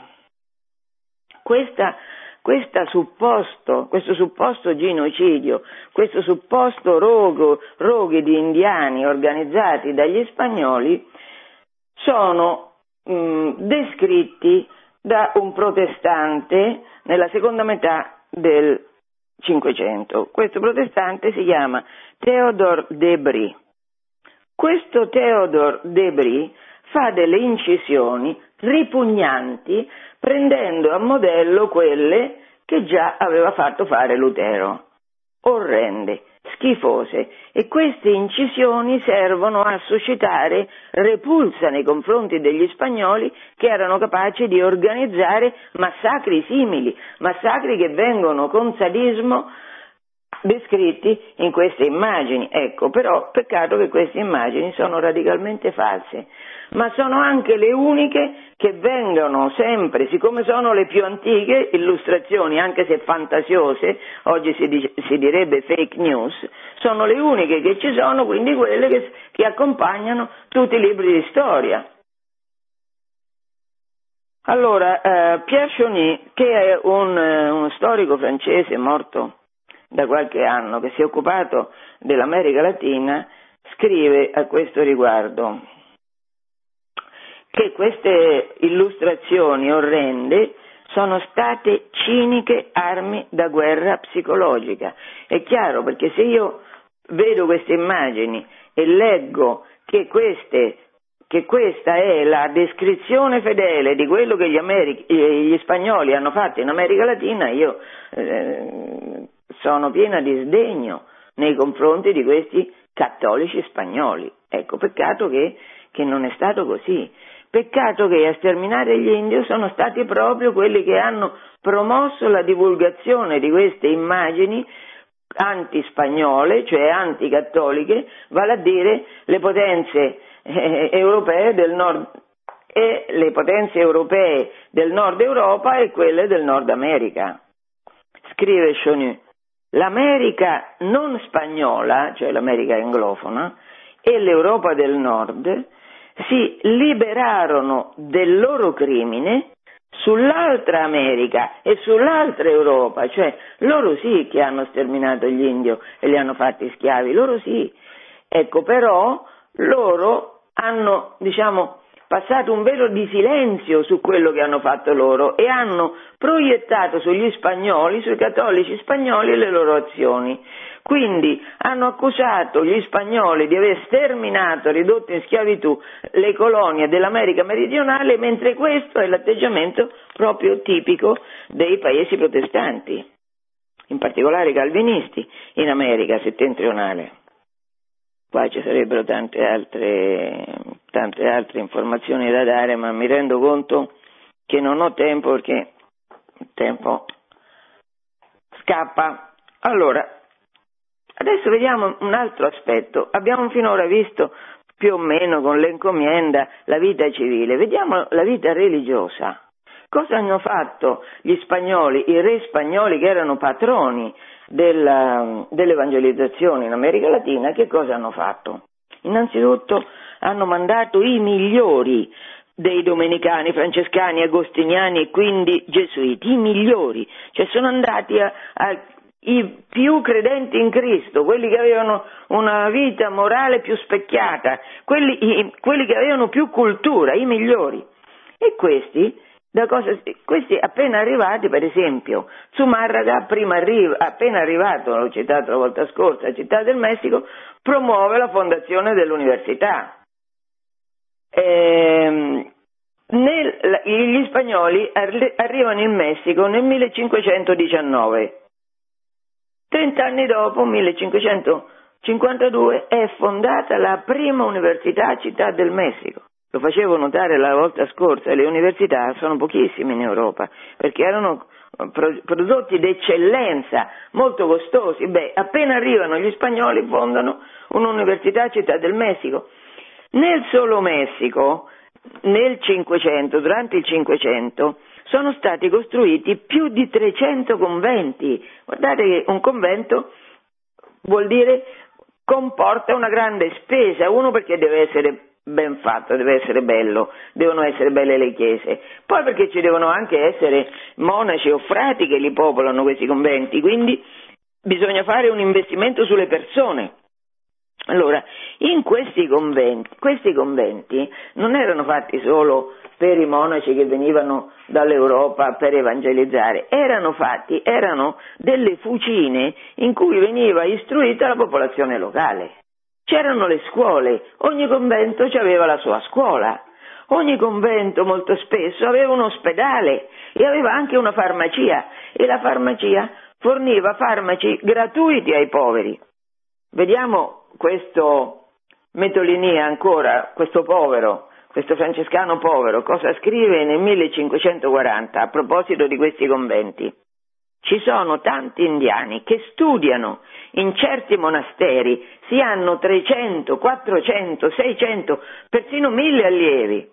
Questo supposto genocidio, questo supposto roghi di indiani organizzati dagli spagnoli sono descritti da un protestante nella seconda metà del Cinquecento. Questo protestante si chiama Théodore de Bry. Questo Théodore de Bry fa delle incisioni ripugnanti prendendo a modello quelle che già aveva fatto fare Lutero. Orrende, schifose, e queste incisioni servono a suscitare repulsa nei confronti degli spagnoli che erano capaci di organizzare massacri simili, massacri che vengono con sadismo descritti in queste immagini. Ecco, però peccato che queste immagini sono radicalmente false, ma sono anche le uniche che vengono sempre, siccome sono le più antiche illustrazioni, anche se fantasiose, oggi si direbbe fake news, sono le uniche che ci sono, quindi quelle che accompagnano tutti i libri di storia. Allora, Pierre Chauny, che è uno storico francese morto da qualche anno, che si è occupato dell'America Latina, scrive a questo riguardo che queste illustrazioni orrende sono state ciniche armi da guerra psicologica. È chiaro, perché se io vedo queste immagini e leggo che questa è la descrizione fedele di quello che gli spagnoli hanno fatto in America Latina, io sono piena di sdegno nei confronti di questi cattolici spagnoli. Ecco, peccato che non è stato così. Peccato che a sterminare gli indios sono stati proprio quelli che hanno promosso la divulgazione di queste immagini antispagnole, cioè anticattoliche, vale a dire le potenze europee del nord e le potenze europee del nord Europa e quelle del Nord America. Scrive Chauny: l'America non spagnola, cioè l'America anglofona, e l'Europa del Nord si liberarono del loro crimine sull'altra America e sull'altra Europa, cioè loro sì che hanno sterminato gli indio e li hanno fatti schiavi, loro sì. Ecco, però loro hanno, passato un velo di silenzio su quello che hanno fatto loro e hanno proiettato sugli spagnoli, sui cattolici spagnoli, le loro azioni. Quindi hanno accusato gli spagnoli di aver sterminato, ridotto in schiavitù le colonie dell'America meridionale, mentre questo è l'atteggiamento proprio tipico dei paesi protestanti, in particolare calvinisti in America settentrionale. Qua ci sarebbero tante altre informazioni da dare, ma mi rendo conto che non ho tempo perché il tempo scappa. Allora, Adesso vediamo un altro aspetto. Abbiamo finora visto più o meno con l'encomienda la vita civile, vediamo la vita religiosa. Cosa hanno fatto gli spagnoli, i re spagnoli che erano patroni dell'evangelizzazione in America Latina? Che cosa hanno fatto? Innanzitutto hanno mandato i migliori dei domenicani, francescani, agostiniani e quindi gesuiti, i migliori, cioè sono andati i più credenti in Cristo, quelli che avevano una vita morale più specchiata, quelli che avevano più cultura, i migliori. E questi appena arrivati, per esempio, Zumárraga, appena arrivato, l'ho citato la volta scorsa, a Città del Messico, promuove la fondazione dell'università. Gli spagnoli arrivano in Messico nel 1519. 30 anni dopo, 1552, è fondata la prima università a Città del Messico. Lo facevo notare la volta scorsa, le università sono pochissime in Europa, perché erano prodotti d'eccellenza, molto costosi. Appena arrivano gli spagnoli fondano un'università a Città del Messico. Nel solo Messico, nel Cinquecento, durante il Cinquecento, sono stati costruiti più di 300 conventi. Guardate che un convento vuol dire comporta una grande spesa, uno perché deve essere ben fatto, deve essere bello, devono essere belle le chiese, poi perché ci devono anche essere monaci o frati che li popolano questi conventi, quindi bisogna fare un investimento sulle persone. Allora, in questi conventi non erano fatti solo per i monaci che venivano dall'Europa per evangelizzare, erano delle fucine in cui veniva istruita la popolazione locale. C'erano le scuole, ogni convento aveva la sua scuola, ogni convento molto spesso aveva un ospedale e aveva anche una farmacia, e la farmacia forniva farmaci gratuiti ai poveri. Vediamo questo Metolini ancora, questo francescano povero, cosa scrive nel 1540 a proposito di questi conventi. Ci sono tanti indiani che studiano in certi monasteri, si hanno 300, 400, 600, persino 1000 allievi.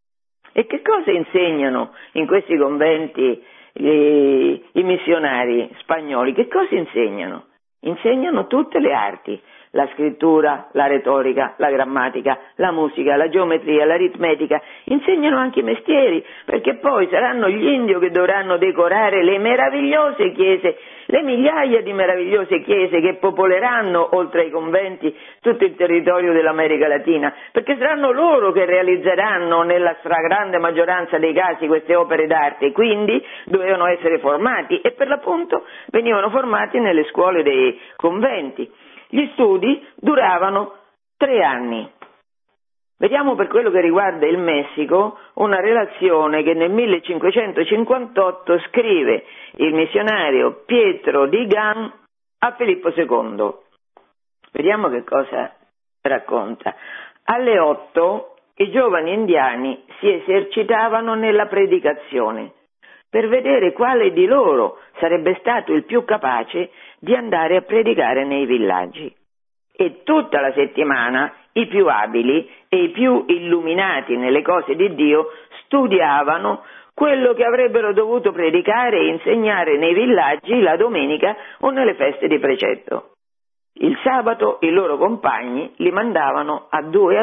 E che cosa insegnano in questi conventi i missionari spagnoli? Che cosa insegnano? Insegnano tutte le arti. La scrittura, la retorica, la grammatica, la musica, la geometria, l'aritmetica, insegnano anche i mestieri, perché poi saranno gli indio che dovranno decorare le meravigliose chiese, le migliaia di meravigliose chiese che popoleranno, oltre ai conventi, tutto il territorio dell'America Latina, perché saranno loro che realizzeranno nella stragrande maggioranza dei casi queste opere d'arte, quindi dovevano essere formati e per l'appunto venivano formati nelle scuole dei conventi. Gli studi duravano 3 anni. Vediamo per quello che riguarda il Messico una relazione che nel 1558 scrive il missionario Pietro di Gan a Filippo II. Vediamo che cosa racconta. Alle 8 i giovani indiani si esercitavano nella predicazione per vedere quale di loro sarebbe stato il più capace di andare a predicare nei villaggi. E tutta la settimana i più abili e i più illuminati nelle cose di Dio studiavano quello che avrebbero dovuto predicare e insegnare nei villaggi la domenica o nelle feste di precetto. Il sabato i loro compagni li mandavano a due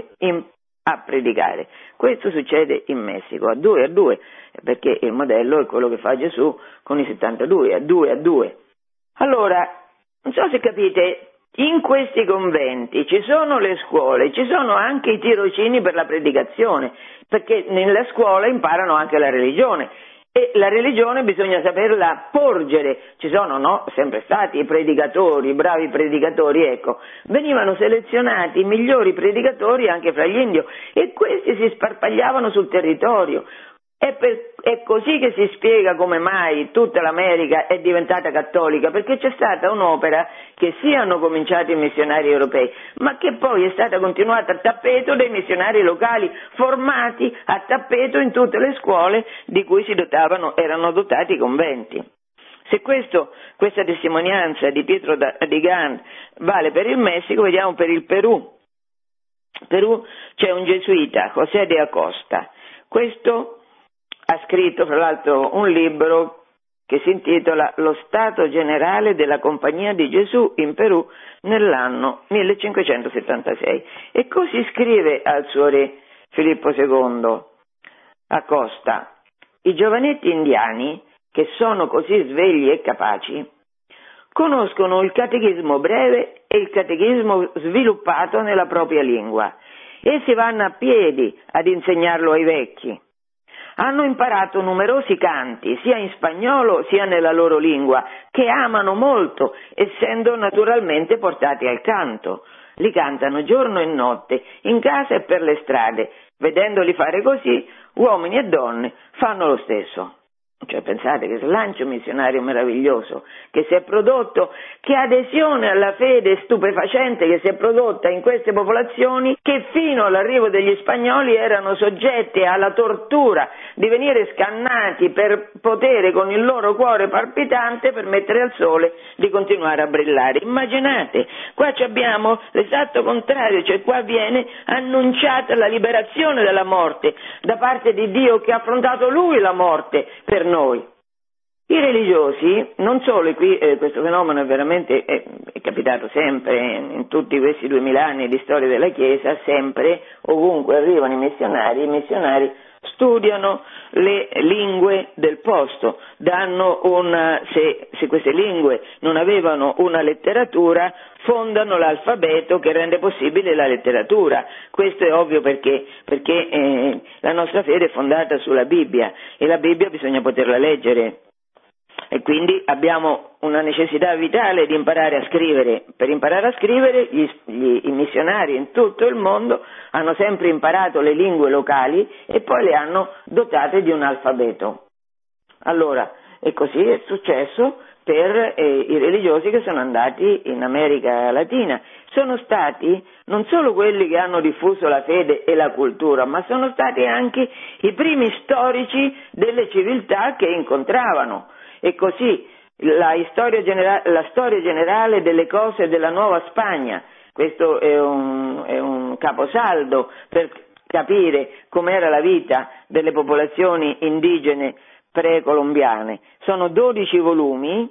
a predicare. Questo succede in Messico, a due, perché il modello è quello che fa Gesù con i 72, a due. Allora, non so se capite, in questi conventi ci sono le scuole, ci sono anche i tirocini per la predicazione, perché nella scuola imparano anche la religione. E la religione bisogna saperla porgere, ci sono sempre stati i predicatori, i bravi predicatori, ecco, venivano selezionati i migliori predicatori anche fra gli indio e questi si sparpagliavano sul territorio. È così che si spiega come mai tutta l'America è diventata cattolica, perché c'è stata un'opera che sì hanno cominciato i missionari europei, ma che poi è stata continuata a tappeto dai missionari locali, formati a tappeto in tutte le scuole di cui erano dotati i conventi. Se questa testimonianza di Pietro di Gand vale per il Messico, vediamo per il Perù. Perù c'è un gesuita, José de Acosta. Questo ha scritto, fra l'altro, un libro che si intitola Lo Stato Generale della Compagnia di Gesù in Perù nell'anno 1576. E così scrive al suo re Filippo II, Acosta: i giovanetti indiani, che sono così svegli e capaci, conoscono il catechismo breve e il catechismo sviluppato nella propria lingua. Essi vanno a piedi ad insegnarlo ai vecchi. Hanno imparato numerosi canti, sia in spagnolo sia nella loro lingua, che amano molto, essendo naturalmente portati al canto. Li cantano giorno e notte, in casa e per le strade. Vedendoli fare così, uomini e donne fanno lo stesso. Cioè, pensate che slancio missionario meraviglioso che si è prodotto, che adesione alla fede stupefacente che si è prodotta in queste popolazioni, che fino all'arrivo degli spagnoli erano soggette alla tortura di venire scannati per potere, con il loro cuore palpitante, permettere al sole di continuare a brillare. Immaginate, qua abbiamo l'esatto contrario, cioè qua viene annunciata la liberazione dalla morte da parte di Dio, che ha affrontato Lui la morte per noi. I religiosi, non solo, qui questo fenomeno è veramente è capitato sempre in tutti questi 2000 anni di storia della Chiesa, sempre, ovunque arrivano i missionari studiano le lingue del posto, danno se queste lingue non avevano una letteratura, fondano l'alfabeto che rende possibile la letteratura. Questo è ovvio perché la nostra fede è fondata sulla Bibbia e la Bibbia bisogna poterla leggere. E quindi abbiamo una necessità vitale di imparare a scrivere. Per imparare a scrivere i missionari in tutto il mondo hanno sempre imparato le lingue locali e poi le hanno dotate di un alfabeto. Allora, e così è successo per i religiosi che sono andati in America Latina. Sono stati non solo quelli che hanno diffuso la fede e la cultura, ma sono stati anche i primi storici delle civiltà che incontravano. E così la storia generale delle cose della Nuova Spagna, questo è un caposaldo per capire com'era la vita delle popolazioni indigene precolombiane. Sono 12 volumi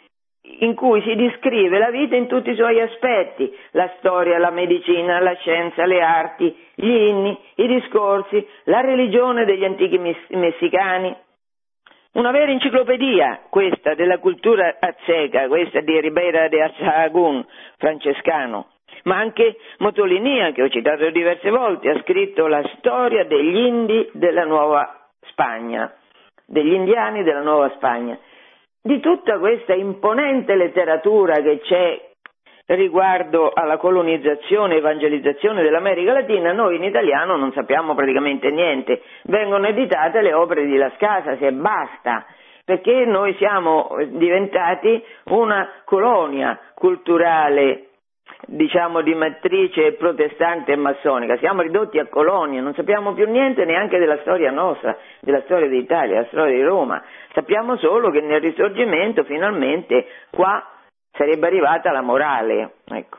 in cui si descrive la vita in tutti i suoi aspetti: la storia, la medicina, la scienza, le arti, gli inni, i discorsi, la religione degli antichi messicani. Una vera enciclopedia questa della cultura azteca, questa di Ribeira de Sahagún, francescano. Ma anche Motolinia, che ho citato diverse volte, ha scritto la storia degli indi della Nuova Spagna, degli indiani della Nuova Spagna. Di tutta questa imponente letteratura che c'è riguardo alla colonizzazione e evangelizzazione dell'America Latina, noi in italiano non sappiamo praticamente niente. Vengono editate le opere di Las Casas e basta, perché noi siamo diventati una colonia culturale, diciamo di matrice protestante e massonica. Siamo ridotti a colonia, non sappiamo più niente neanche della storia nostra, della storia d'Italia, della storia di Roma. Sappiamo solo che nel Risorgimento finalmente qua sarebbe arrivata la morale, ecco,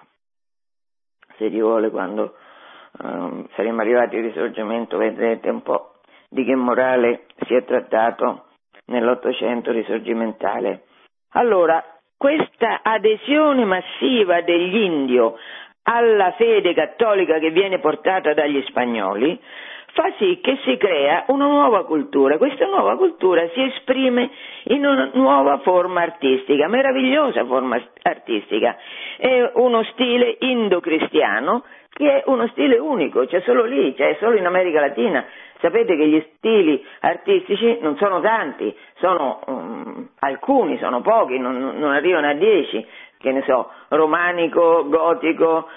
se ci vuole, quando saremmo arrivati al Risorgimento, vedrete un po' di che morale si è trattato nell'Ottocento risorgimentale. Allora, questa adesione massiva degli indio alla fede cattolica che viene portata dagli spagnoli fa sì che si crea una nuova cultura. Questa nuova cultura si esprime in una nuova forma artistica, meravigliosa forma artistica. È uno stile indocristiano che è uno stile unico, c'è solo lì, c'è solo in America Latina. Sapete che gli stili artistici non sono tanti, sono alcuni, sono pochi, non arrivano a 10, che ne so, romanico, gotico,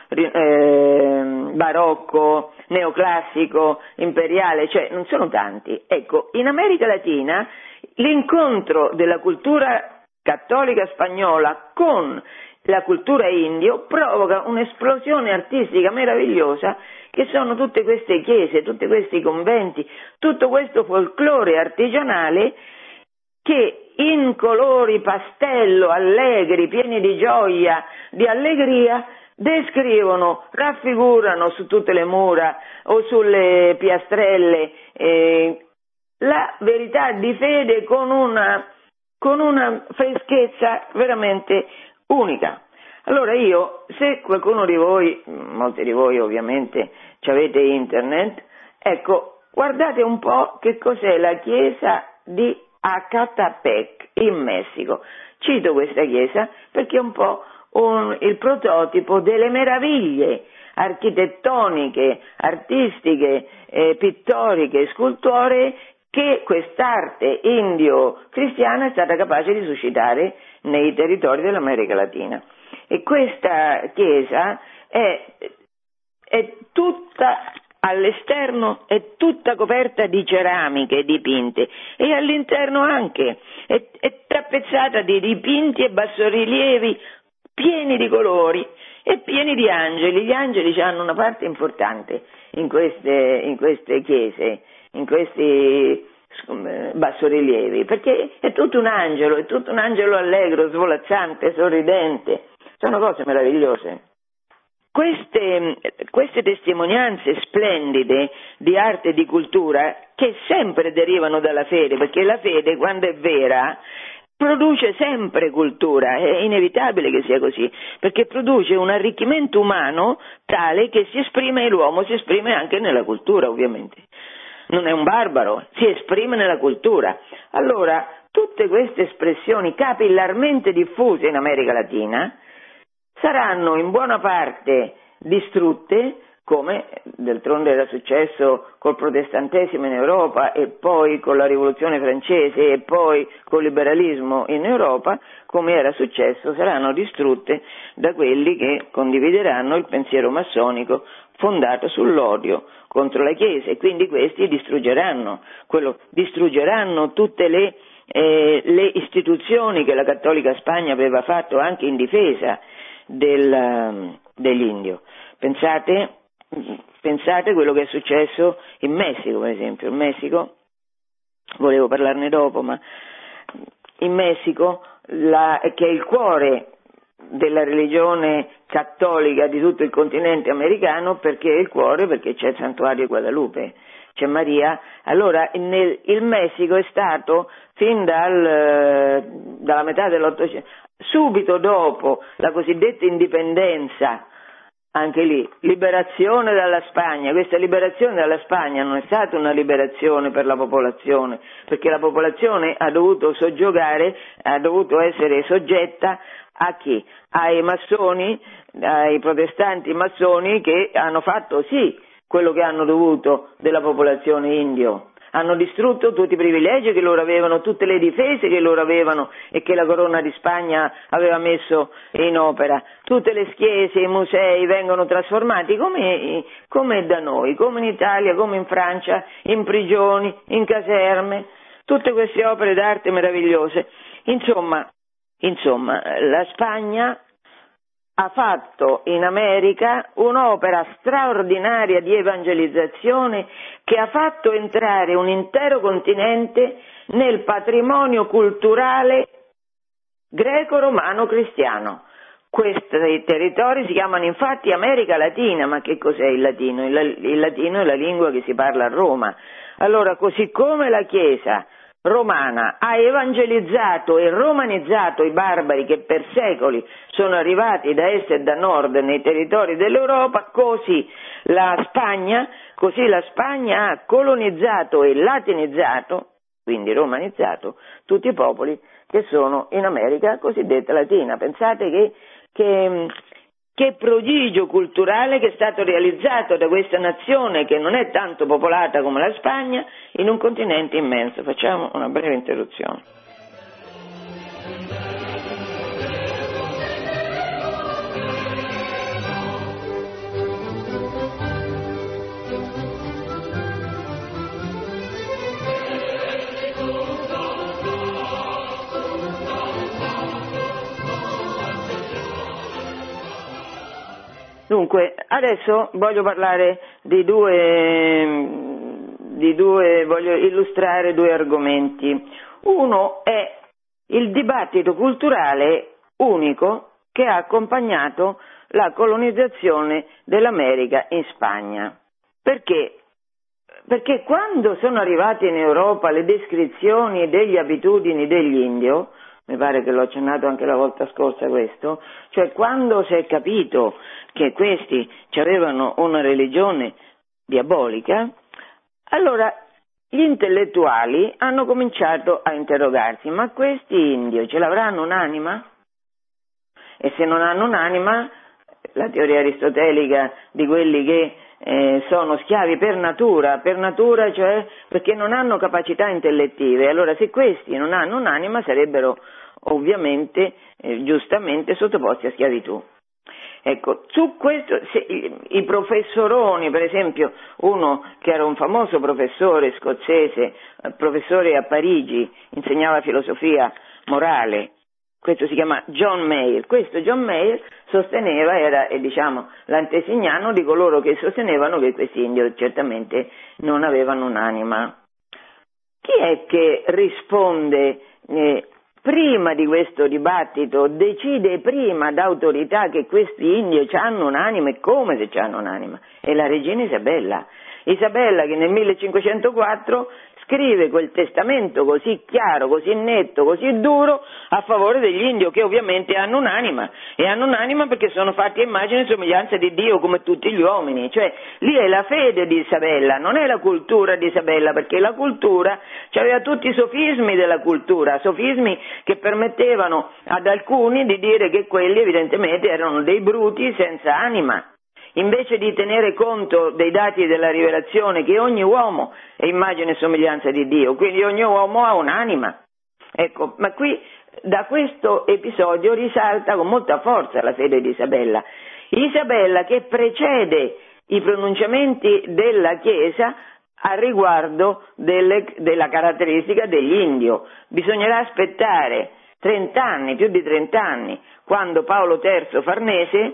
barocco, neoclassico, imperiale, cioè non sono tanti. Ecco, in America Latina l'incontro della cultura cattolica spagnola con la cultura indio provoca un'esplosione artistica meravigliosa, che sono tutte queste chiese, tutti questi conventi, tutto questo folklore artigianale che in colori pastello, allegri, pieni di gioia, di allegria, descrivono, raffigurano su tutte le mura o sulle piastrelle la verità di fede con una freschezza veramente unica. Allora se qualcuno di voi, molti di voi ovviamente avete internet, ecco, guardate un po' che cos'è la chiesa di Ecatepec in Messico. Cito questa chiesa perché è un po' il prototipo delle meraviglie architettoniche, artistiche, pittoriche, scultoree che quest'arte indio-cristiana è stata capace di suscitare nei territori dell'America Latina. E questa chiesa è tutta all'esterno, è tutta coperta di ceramiche dipinte e all'interno anche è tappezzata di dipinti e bassorilievi pieni di colori e pieni di angeli. Gli angeli hanno una parte importante in queste chiese, in questi bassorilievi, perché è tutto un angelo allegro, svolazzante, sorridente. Sono cose meravigliose. Queste testimonianze splendide di arte e di cultura che sempre derivano dalla fede, perché la fede, quando è vera, produce sempre cultura, è inevitabile che sia così, perché produce un arricchimento umano tale che l'uomo si esprime anche nella cultura, ovviamente. Non è un barbaro, si esprime nella cultura. Allora, tutte queste espressioni capillarmente diffuse in America Latina saranno in buona parte distrutte, come d'altronde era successo col protestantesimo in Europa e poi con la rivoluzione francese e poi col liberalismo in Europa, come era successo, saranno distrutte da quelli che condivideranno il pensiero massonico fondato sull'odio contro la Chiesa, e quindi questi distruggeranno tutte le istituzioni che la Cattolica Spagna aveva fatto anche in difesa dell'indio. Pensate quello che è successo in Messico, per esempio. In Messico, volevo parlarne dopo, ma in Messico, che è il cuore della religione cattolica di tutto il continente americano, perché è il cuore, perché c'è il santuario di Guadalupe, c'è Maria. Allora il Messico è stato fin dalla metà dell'Ottocento, subito dopo la cosiddetta indipendenza, anche lì, liberazione dalla Spagna. Questa liberazione dalla Spagna non è stata una liberazione per la popolazione, perché la popolazione ha dovuto soggiogare, ha dovuto essere soggetta a chi? Ai massoni, ai protestanti massoni, che hanno fatto sì quello che hanno dovuto della popolazione indio. Hanno distrutto tutti i privilegi che loro avevano, tutte le difese che loro avevano e che la Corona di Spagna aveva messo in opera. Tutte le chiese, i musei vengono trasformati come da noi, come in Italia, come in Francia, in prigioni, in caserme, tutte queste opere d'arte meravigliose. Insomma, la Spagna ha fatto in America un'opera straordinaria di evangelizzazione che ha fatto entrare un intero continente nel patrimonio culturale greco-romano-cristiano. Questi territori si chiamano infatti America Latina, ma che cos'è il latino? Il latino è la lingua che si parla a Roma. Allora, così come la Chiesa romana ha evangelizzato e romanizzato i barbari che per secoli sono arrivati da est e da nord nei territori dell'Europa, così la Spagna ha colonizzato e latinizzato, quindi romanizzato, tutti i popoli che sono in America cosiddetta latina. Pensate che prodigio culturale che è stato realizzato da questa nazione che non è tanto popolata come la Spagna in un continente immenso. Facciamo una breve interruzione. Dunque, adesso voglio parlare voglio illustrare due argomenti. Uno è il dibattito culturale unico che ha accompagnato la colonizzazione dell'America in Spagna. Perché? Perché quando sono arrivate in Europa le descrizioni delle abitudini degli indio, mi pare che l'ho accennato anche la volta scorsa questo, cioè quando si è capito che questi avevano una religione diabolica, allora gli intellettuali hanno cominciato a interrogarsi: ma questi indio ce l'avranno un'anima? E se non hanno un'anima, la teoria aristotelica di quelli che sono schiavi per natura, cioè perché non hanno capacità intellettive, allora se questi non hanno un'anima sarebbero ovviamente, giustamente sottoposti a schiavitù. Ecco, su questo i professoroni, per esempio uno che era un famoso professore scozzese, professore a Parigi, insegnava filosofia morale, questo si chiama John Mayer. Questo John Mayer sosteneva, era l'antesignano di coloro che sostenevano che questi indio certamente non avevano un'anima. Chi è che risponde prima di questo dibattito, decide prima d'autorità che questi indio hanno un'anima e come se hanno un'anima? È la regina Isabella. Isabella che nel 1504 scrive quel testamento così chiaro, così netto, così duro a favore degli indio che ovviamente hanno un'anima, e hanno un'anima perché sono fatti a immagine e somiglianza di Dio come tutti gli uomini, cioè lì è la fede di Isabella, non è la cultura di Isabella, perché la cultura aveva tutti i sofismi della cultura, sofismi che permettevano ad alcuni di dire che quelli evidentemente erano dei bruti senza anima. Invece di tenere conto dei dati della rivelazione che ogni uomo è immagine e somiglianza di Dio, quindi ogni uomo ha un'anima. Ecco, ma qui da questo episodio risalta con molta forza la fede di Isabella. Isabella che precede i pronunciamenti della Chiesa a riguardo della caratteristica degli indio. Bisognerà aspettare 30 anni, più di 30 anni, quando Paolo III Farnese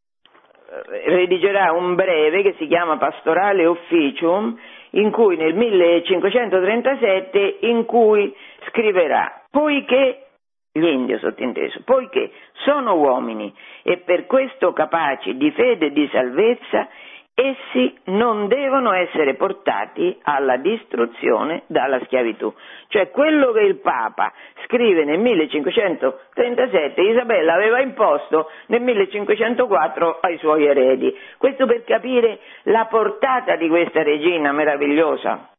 redigerà un breve che si chiama Pastorale Officium, in cui nel 1537 in cui scriverà: poiché gli indio, sottinteso, poiché sono uomini e per questo capaci di fede e di salvezza, essi non devono essere portati alla distruzione dalla schiavitù. Cioè quello che il Papa scrive nel 1537 Isabella aveva imposto nel 1504 ai suoi eredi. Questo per capire la portata di questa regina meravigliosa.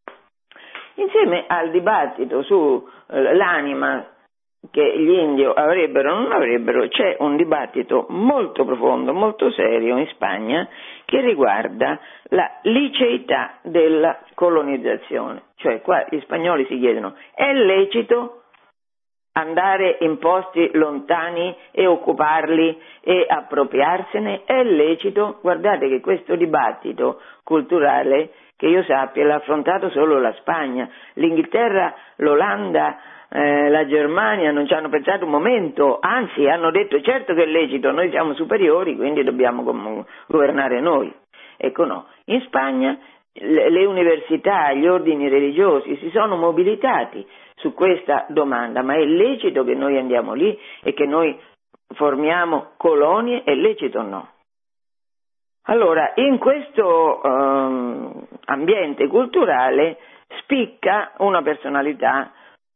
Insieme al dibattito sull'anima che gli indio avrebbero o non avrebbero, c'è un dibattito molto profondo, molto serio in Spagna che riguarda la liceità della colonizzazione. Cioè qua gli spagnoli si chiedono: è lecito andare in posti lontani e occuparli e appropriarsene? È lecito? Guardate che questo dibattito culturale, che io sappia, l'ha affrontato solo la Spagna. L'Inghilterra, l'Olanda, la Germania non ci hanno pensato un momento, anzi hanno detto certo che è lecito, noi siamo superiori, quindi dobbiamo governare noi. Ecco no, in Spagna le università, gli ordini religiosi si sono mobilitati su questa domanda: ma è lecito che noi andiamo lì e che noi formiamo colonie? È lecito o no? Allora, in questo ambiente culturale spicca una personalità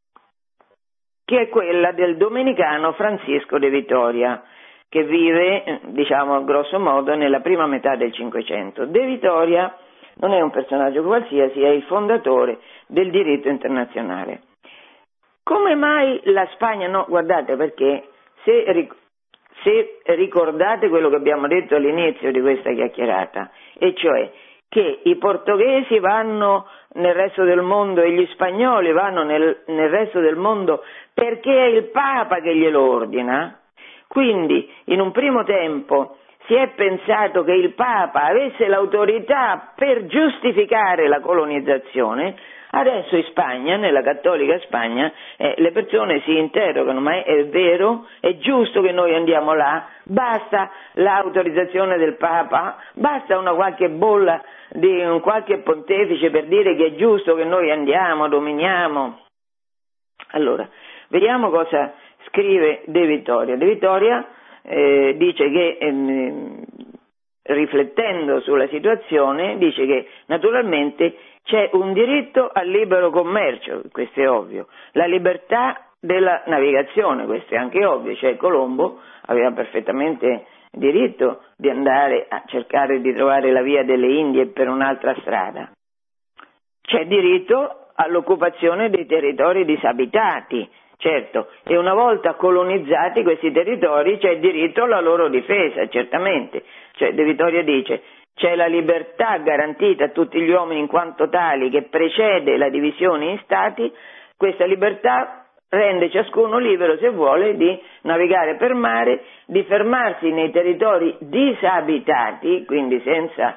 che è quella del domenicano Francisco de Vitoria, che vive, grosso modo, nella prima metà del Cinquecento. De Vitoria non è un personaggio qualsiasi, è il fondatore del diritto internazionale. Come mai la Spagna no? Guardate, perché se ricordate quello che abbiamo detto all'inizio di questa chiacchierata, e cioè che i portoghesi vanno nel resto del mondo e gli spagnoli vanno nel resto del mondo perché è il Papa che glielo ordina, quindi in un primo tempo si è pensato che il Papa avesse l'autorità per giustificare la colonizzazione. Adesso in Spagna, nella cattolica Spagna, le persone si interrogano: ma è vero? È giusto che noi andiamo là? Basta l'autorizzazione del Papa? Basta una qualche bolla di un qualche pontefice per dire che è giusto che noi andiamo, dominiamo? Allora, Vediamo cosa scrive De Vittoria. De Vittoria dice che, riflettendo sulla situazione, dice che naturalmente c'è un diritto al libero commercio, questo è ovvio, la libertà della navigazione, questo è anche ovvio, cioè Colombo aveva perfettamente diritto di andare a cercare di trovare la via delle Indie per un'altra strada. C'è diritto all'occupazione dei territori disabitati, certo, e una volta colonizzati questi territori c'è diritto alla loro difesa, certamente. Cioè De Vittoria dice: c'è la libertà garantita a tutti gli uomini in quanto tali che precede la divisione in stati, questa libertà rende ciascuno libero, se vuole, di navigare per mare, di fermarsi nei territori disabitati, quindi senza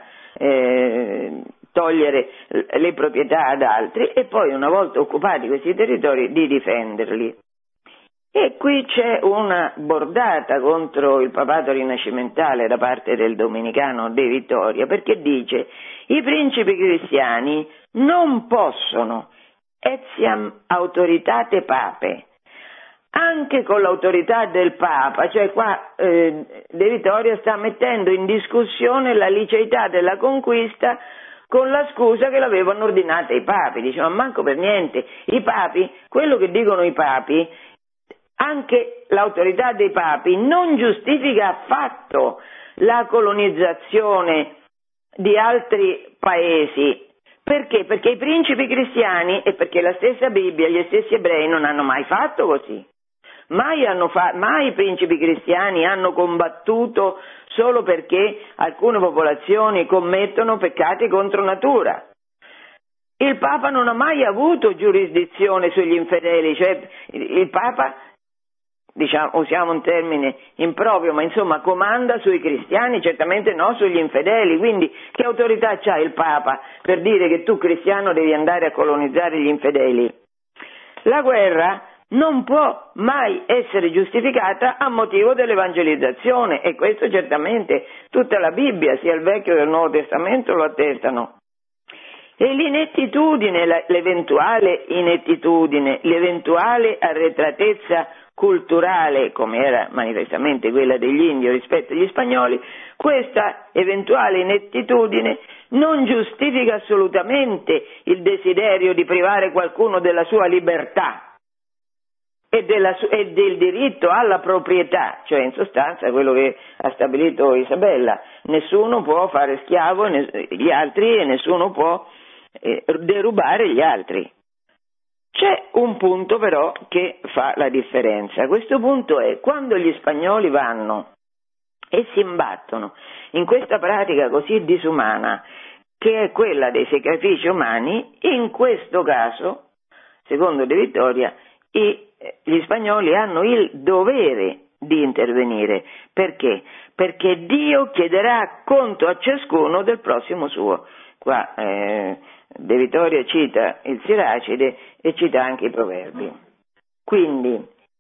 togliere le proprietà ad altri, e poi una volta occupati questi territori di difenderli. E qui c'è una bordata contro il papato rinascimentale da parte del domenicano De Vittoria, perché dice: i principi cristiani non possono, etiam autoritate pape, anche con l'autorità del Papa, cioè qua De Vittoria sta mettendo in discussione la liceità della conquista con la scusa che l'avevano ordinata i papi. Dice: ma manco per niente, i papi, quello che dicono i papi, anche l'autorità dei papi non giustifica affatto la colonizzazione di altri paesi. Perché? Perché i principi cristiani e perché la stessa Bibbia, gli stessi ebrei non hanno mai fatto così. Mai i principi cristiani hanno combattuto solo perché alcune popolazioni commettono peccati contro natura. Il Papa non ha mai avuto giurisdizione sugli infedeli, cioè il Papa, diciamo, usiamo un termine improprio, ma insomma comanda sui cristiani, certamente no sugli infedeli. Quindi che autorità c'ha il Papa per dire che tu cristiano devi andare a colonizzare gli infedeli? La guerra non può mai essere giustificata a motivo dell'evangelizzazione, e questo certamente tutta la Bibbia, sia il Vecchio che il Nuovo Testamento, lo attestano. E l'inettitudine, l'eventuale inettitudine, l'eventuale arretratezza culturale, come era manifestamente quella degli indios rispetto agli spagnoli, questa eventuale inettitudine non giustifica assolutamente il desiderio di privare qualcuno della sua libertà e del diritto alla proprietà, cioè in sostanza quello che ha stabilito Isabella: nessuno può fare schiavo gli altri e nessuno può derubare gli altri. C'è un punto però che fa la differenza. Questo punto è: quando gli spagnoli vanno e si imbattono in questa pratica così disumana che è quella dei sacrifici umani, in questo caso, secondo De Vittoria, gli spagnoli hanno il dovere di intervenire. Perché? Perché Dio chiederà conto a ciascuno del prossimo suo. Qua De Vittoria cita il Siracide e cita anche i Proverbi. Quindi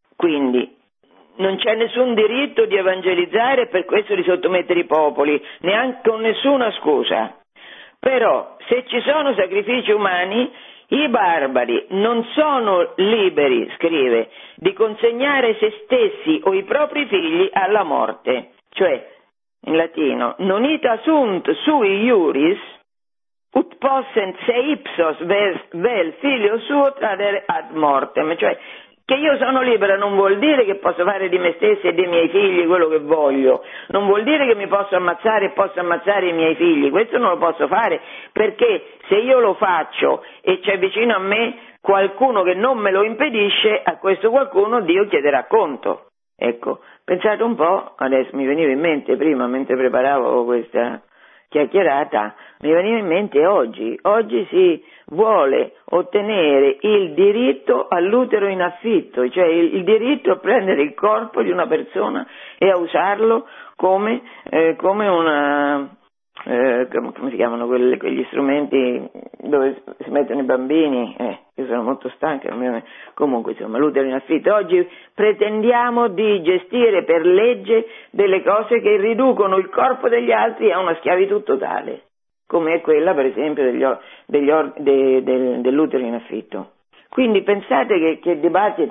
non c'è nessun diritto di evangelizzare e per questo di sottomettere i popoli, neanche con nessuna scusa. Però se ci sono sacrifici umani, i barbari non sono liberi, scrive, di consegnare se stessi o i propri figli alla morte. Cioè, in latino, non ita sunt sui iuris, ut possent se ipsos vel filio suo tradere ad mortem. Cioè, che io sono libera non vuol dire che posso fare di me stessa e dei miei figli quello che voglio, non vuol dire che mi posso ammazzare e posso ammazzare i miei figli, questo non lo posso fare, perché se io lo faccio e c'è vicino a me qualcuno che non me lo impedisce, a questo qualcuno Dio chiederà conto. Ecco, pensate un po', adesso mi veniva in mente prima mentre preparavo questa chiacchierata, mi veniva in mente oggi si vuole ottenere il diritto all'utero in affitto, cioè il diritto a prendere il corpo di una persona e a usarlo come una, come si chiamano quegli strumenti dove si mettono i bambini, io sono molto stanca, comunque insomma l'utero in affitto. Oggi pretendiamo di gestire per legge delle cose che riducono il corpo degli altri a una schiavitù totale, come è quella per esempio dell'utero in affitto. Quindi pensate che dibattito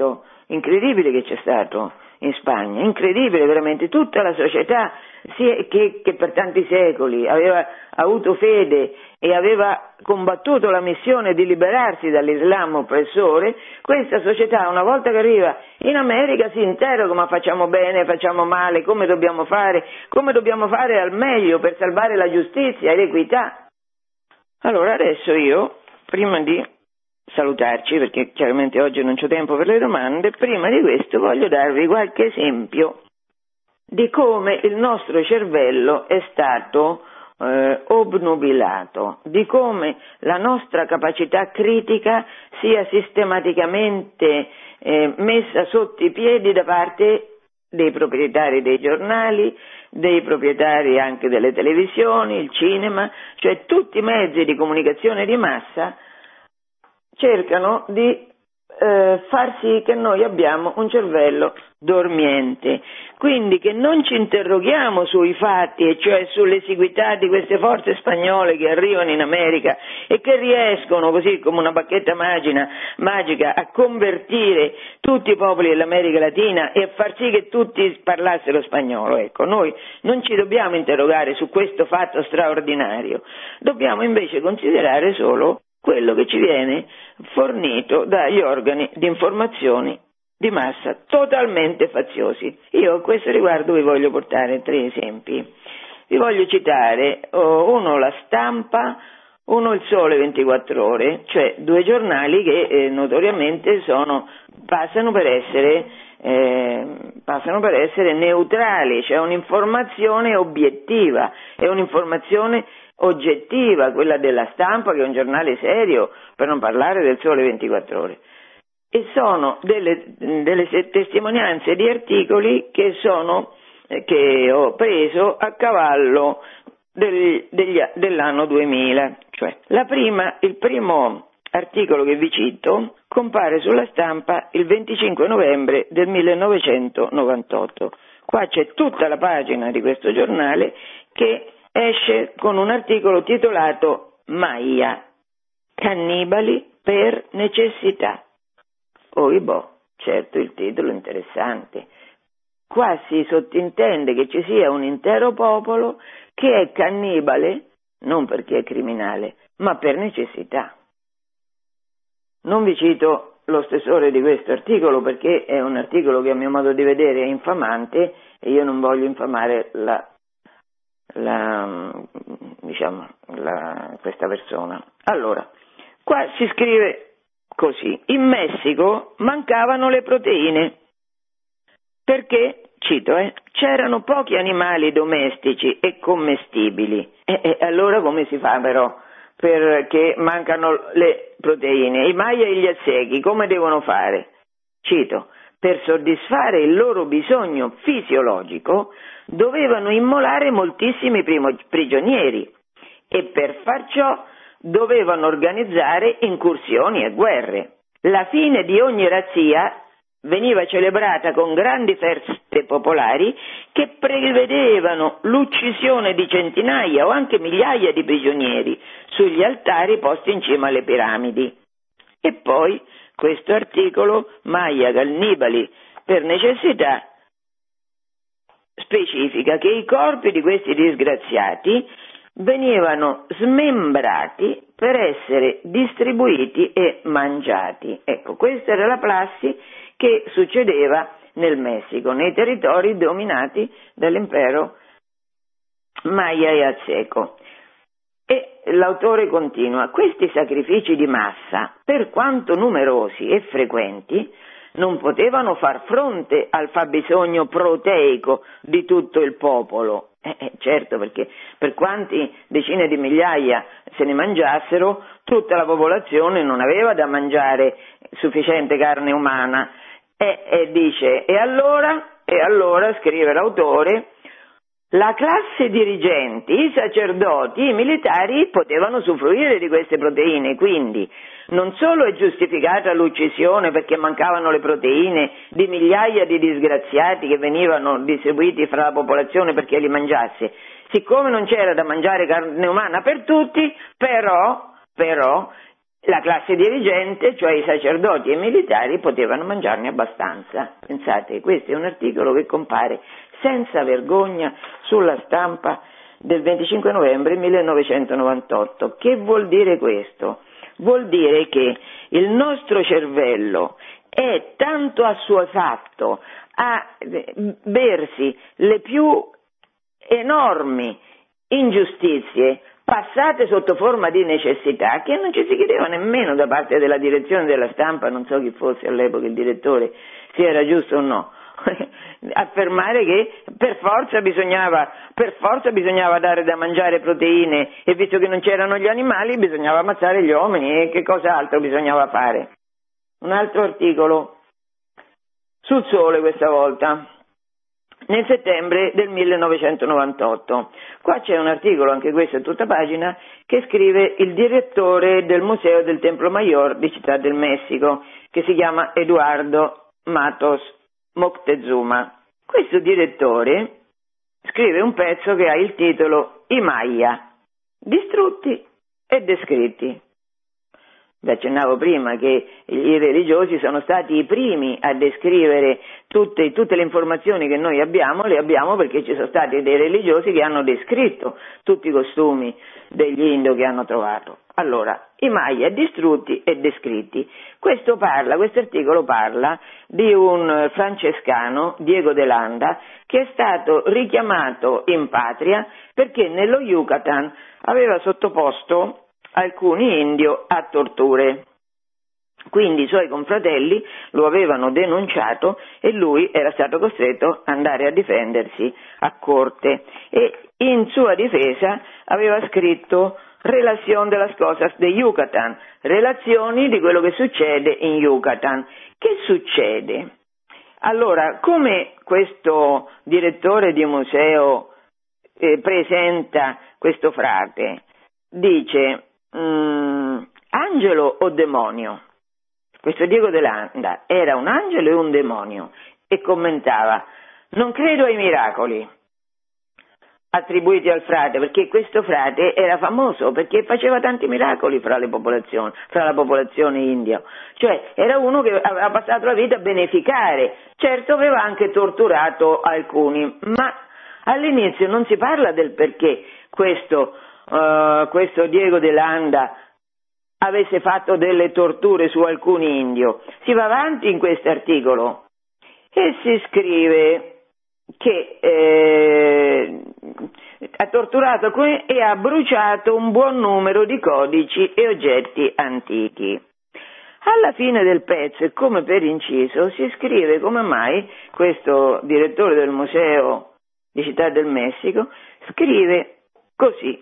incredibile che c'è stato in Spagna, incredibile veramente, tutta la società che per tanti secoli aveva avuto fede e aveva combattuto la missione di liberarsi dall'Islam oppressore, questa società una volta che arriva in America si interroga: ma facciamo bene, facciamo male, come dobbiamo fare al meglio per salvare la giustizia e l'equità. Allora adesso io, prima di salutarci, perché chiaramente oggi non c'ho tempo per le domande, prima di questo voglio darvi qualche esempio di come il nostro cervello è stato obnubilato, di come la nostra capacità critica sia sistematicamente messa sotto i piedi da parte dei proprietari dei giornali, dei proprietari anche delle televisioni, il cinema, cioè tutti i mezzi di comunicazione di massa cercano di far sì che noi abbiamo un cervello dormiente, quindi che non ci interroghiamo sui fatti, e cioè sull'esiguità di queste forze spagnole che arrivano in America e che riescono così come una bacchetta magica a convertire tutti i popoli dell'America Latina e a far sì che tutti parlassero spagnolo. Ecco, noi non ci dobbiamo interrogare su questo fatto straordinario, dobbiamo invece considerare solo quello che ci viene fornito dagli organi di informazione di massa totalmente faziosi. Io a questo riguardo vi voglio portare 3 esempi. Vi voglio citare uno La Stampa, uno Il Sole 24 Ore, cioè 2 giornali che notoriamente passano per essere neutrali, cioè un'informazione obiettiva, è un'informazione oggettiva, quella della Stampa, che è un giornale serio, per non parlare del Sole 24 Ore. E sono delle testimonianze di articoli che ho preso a cavallo dell'anno 2000. Cioè, il primo articolo che vi cito compare sulla Stampa il 25 novembre del 1998. Qua c'è tutta la pagina di questo giornale che esce con un articolo titolato Maia, cannibali per necessità. Certo, il titolo è interessante. Qua si sottintende che ci sia un intero popolo che è cannibale, non perché è criminale, ma per necessità. Non vi cito lo stessore di questo articolo perché è un articolo che a mio modo di vedere è infamante e io non voglio infamare questa persona. Allora, qua si scrive così: in Messico mancavano le proteine perché, cito, c'erano pochi animali domestici e commestibili. Allora come si fa però perché mancano le proteine? I Maya e gli Aztechi come devono fare? Cito: per soddisfare il loro bisogno fisiologico dovevano immolare moltissimi prigionieri e per far ciò dovevano organizzare incursioni e guerre. La fine di ogni razzia veniva celebrata con grandi feste popolari che prevedevano l'uccisione di centinaia o anche migliaia di prigionieri sugli altari posti in cima alle piramidi. E poi questo articolo, Maia, cannibali per necessità, specifica che i corpi di questi disgraziati venivano smembrati per essere distribuiti e mangiati. Ecco, questa era la prassi che succedeva nel Messico, nei territori dominati dall'impero Maya e Azteco. E l'autore continua: questi sacrifici di massa, per quanto numerosi e frequenti, non potevano far fronte al fabbisogno proteico di tutto il popolo. Certo, perché per quanti decine di migliaia se ne mangiassero, tutta la popolazione non aveva da mangiare sufficiente carne umana. Dice, e allora, scrive l'autore, la classe dirigenti, i sacerdoti, i militari potevano usufruire di queste proteine, quindi non solo è giustificata l'uccisione perché mancavano le proteine di migliaia di disgraziati che venivano distribuiti fra la popolazione perché li mangiasse, siccome non c'era da mangiare carne umana per tutti, però la classe dirigente, cioè i sacerdoti e i militari, potevano mangiarne abbastanza. Pensate, questo è un articolo che compare senza vergogna sulla stampa del 25 novembre 1998. Che vuol dire questo? Vuol dire che il nostro cervello è tanto assuefatto a bersi le più enormi ingiustizie passate sotto forma di necessità, che non ci si chiedeva nemmeno da parte della direzione della stampa, non so chi fosse all'epoca il direttore, se era giusto o no, affermare che per forza bisognava dare da mangiare proteine, e visto che non c'erano gli animali bisognava ammazzare gli uomini, e che cosa altro bisognava fare. Un altro articolo sul Sole questa volta, nel settembre del 1998. Qua c'è un articolo, anche questo è tutta pagina, che scrive il direttore del Museo del Templo Mayor di Città del Messico, che si chiama Eduardo Matos Moctezuma. Questo direttore scrive un pezzo che ha il titolo I Maya, distrutti e descritti. Vi accennavo prima che i religiosi sono stati i primi a descrivere tutte le informazioni che noi abbiamo, le abbiamo perché ci sono stati dei religiosi che hanno descritto tutti i costumi degli Indo che hanno trovato. Allora, i Maya distrutti e descritti. Questo articolo parla di un francescano, Diego de Landa, che è stato richiamato in patria perché nello Yucatan aveva sottoposto alcuni indio a torture. Quindi i suoi confratelli lo avevano denunciato e lui era stato costretto ad andare a difendersi a corte, e in sua difesa aveva scritto Relación de las cosas de Yucatán, relazioni di quello che succede in Yucatan. Che succede? Allora, come questo direttore di museo presenta questo frate? Dice angelo o demonio? Questo Diego de Landa era un angelo e un demonio, e commentava: non credo ai miracoli attribuiti al frate, perché questo frate era famoso perché faceva tanti miracoli fra la popolazione india, cioè era uno che aveva passato la vita a beneficare. Certo, aveva anche torturato alcuni, ma all'inizio non si parla del perché questo Diego de Landa avesse fatto delle torture su alcuni indio. Si va avanti in questo articolo e si scrive che ha torturato e ha bruciato un buon numero di codici e oggetti antichi. Alla fine del pezzo, e come per inciso, si scrive come mai questo direttore del museo di Città del Messico scrive così,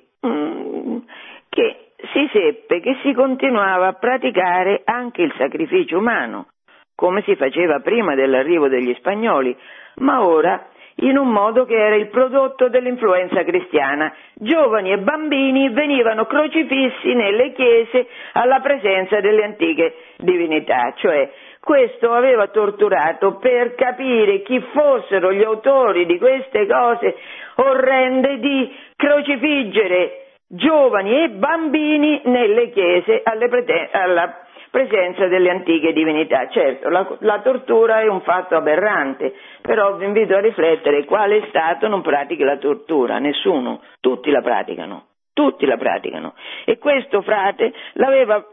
che si seppe che si continuava a praticare anche il sacrificio umano, come si faceva prima dell'arrivo degli spagnoli, ma ora in un modo che era il prodotto dell'influenza cristiana. Giovani e bambini venivano crocifissi nelle chiese alla presenza delle antiche divinità, cioè questo aveva torturato per capire chi fossero gli autori di queste cose orrende di crocifiggere giovani e bambini nelle chiese alla presenza delle antiche divinità. Certo, la tortura è un fatto aberrante, però vi invito a riflettere: quale Stato non pratica la tortura? Nessuno, tutti la praticano, e questo frate l'aveva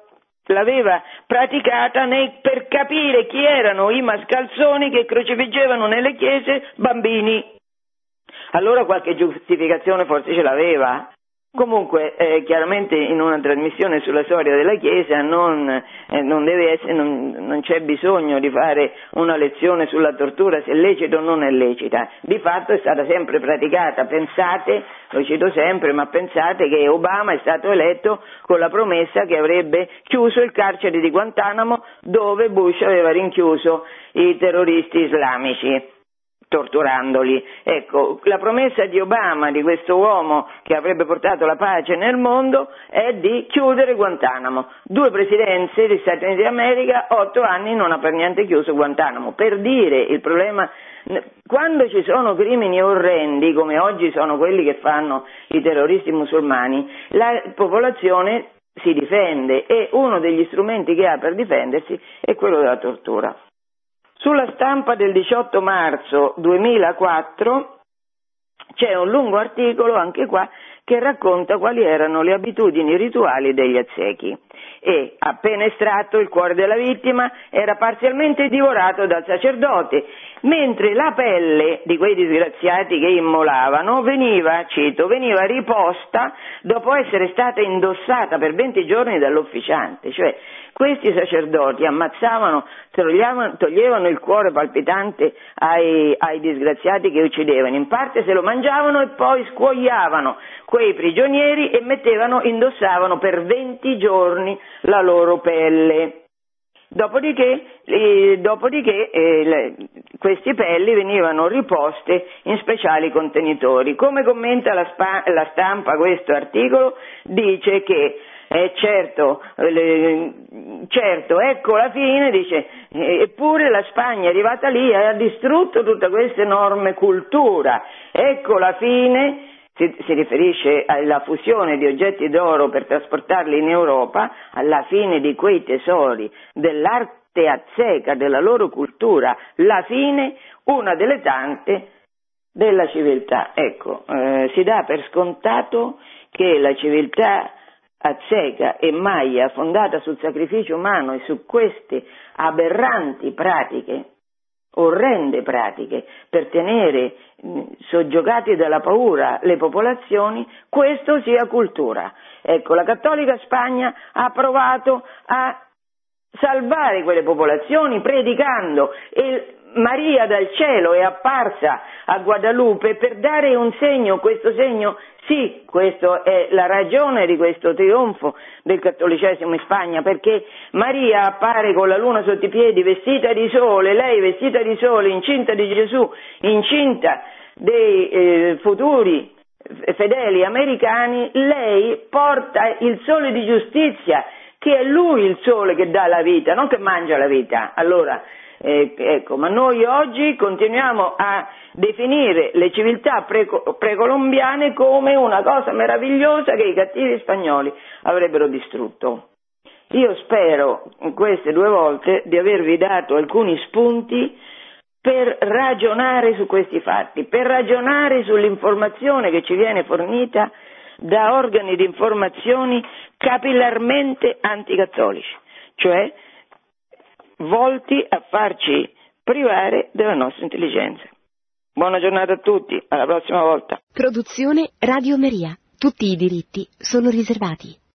praticata per capire chi erano i mascalzoni che crocifiggevano nelle chiese bambini. Allora qualche giustificazione forse ce l'aveva. Comunque, chiaramente in una trasmissione sulla storia della Chiesa non c'è bisogno di fare una lezione sulla tortura, se è lecita o non è lecita. Di fatto è stata sempre praticata. Pensate, lo cito sempre, ma pensate che Obama è stato eletto con la promessa che avrebbe chiuso il carcere di Guantanamo, dove Bush aveva rinchiuso i terroristi islamici, torturandoli. Ecco, la promessa di Obama, di questo uomo che avrebbe portato la pace nel mondo, è di chiudere Guantanamo. 2 presidenze degli Stati Uniti d'America, 8 anni non ha per niente chiuso Guantanamo. Per dire il problema, quando ci sono crimini orrendi, come oggi sono quelli che fanno i terroristi musulmani, la popolazione si difende, e uno degli strumenti che ha per difendersi è quello della tortura. Sulla Stampa del 18 marzo 2004 c'è un lungo articolo, anche qua, che racconta quali erano le abitudini rituali degli aztechi, e appena estratto il cuore della vittima era parzialmente divorato dal sacerdote, mentre la pelle di quei disgraziati che immolavano veniva riposta dopo essere stata indossata per 20 giorni dall'officiante. Cioè questi sacerdoti ammazzavano, toglievano il cuore palpitante ai disgraziati che uccidevano, in parte se lo mangiavano e poi scuoiavano quei prigionieri e indossavano per 20 giorni la loro pelle. Dopodiché questi pelli venivano riposte in speciali contenitori. Come commenta la Stampa questo articolo, dice che certo, ecco la fine, dice, eppure la Spagna è arrivata lì e ha distrutto tutta questa enorme cultura. Ecco la fine. Si riferisce alla fusione di oggetti d'oro per trasportarli in Europa, alla fine di quei tesori dell'arte azteca, della loro cultura, la fine, una delle tante, della civiltà. Ecco, si dà per scontato che la civiltà azteca e maya, fondata sul sacrificio umano e su queste aberranti pratiche, orrende pratiche per tenere soggiogati dalla paura le popolazioni, questo sia cultura. Ecco, la cattolica Spagna ha provato a salvare quelle popolazioni predicando, e Maria dal cielo è apparsa a Guadalupe per dare un segno, questo segno, sì, questa è la ragione di questo trionfo del cattolicesimo in Spagna, perché Maria appare con la luna sotto i piedi, vestita di sole, lei vestita di sole, incinta di Gesù, incinta dei futuri fedeli americani, lei porta il sole di giustizia, che è lui il sole che dà la vita, non che mangia la vita. Allora, ecco, ma noi oggi continuiamo a definire le civiltà precolombiane come una cosa meravigliosa che i cattivi spagnoli avrebbero distrutto. Io spero queste 2 volte di avervi dato alcuni spunti per ragionare su questi fatti, per ragionare sull'informazione che ci viene fornita da organi di informazioni capillarmente anticattolici, cioè volti a farci privare della nostra intelligenza. Buona giornata a tutti, alla prossima volta. Produzione Radio Maria. Tutti i diritti sono riservati.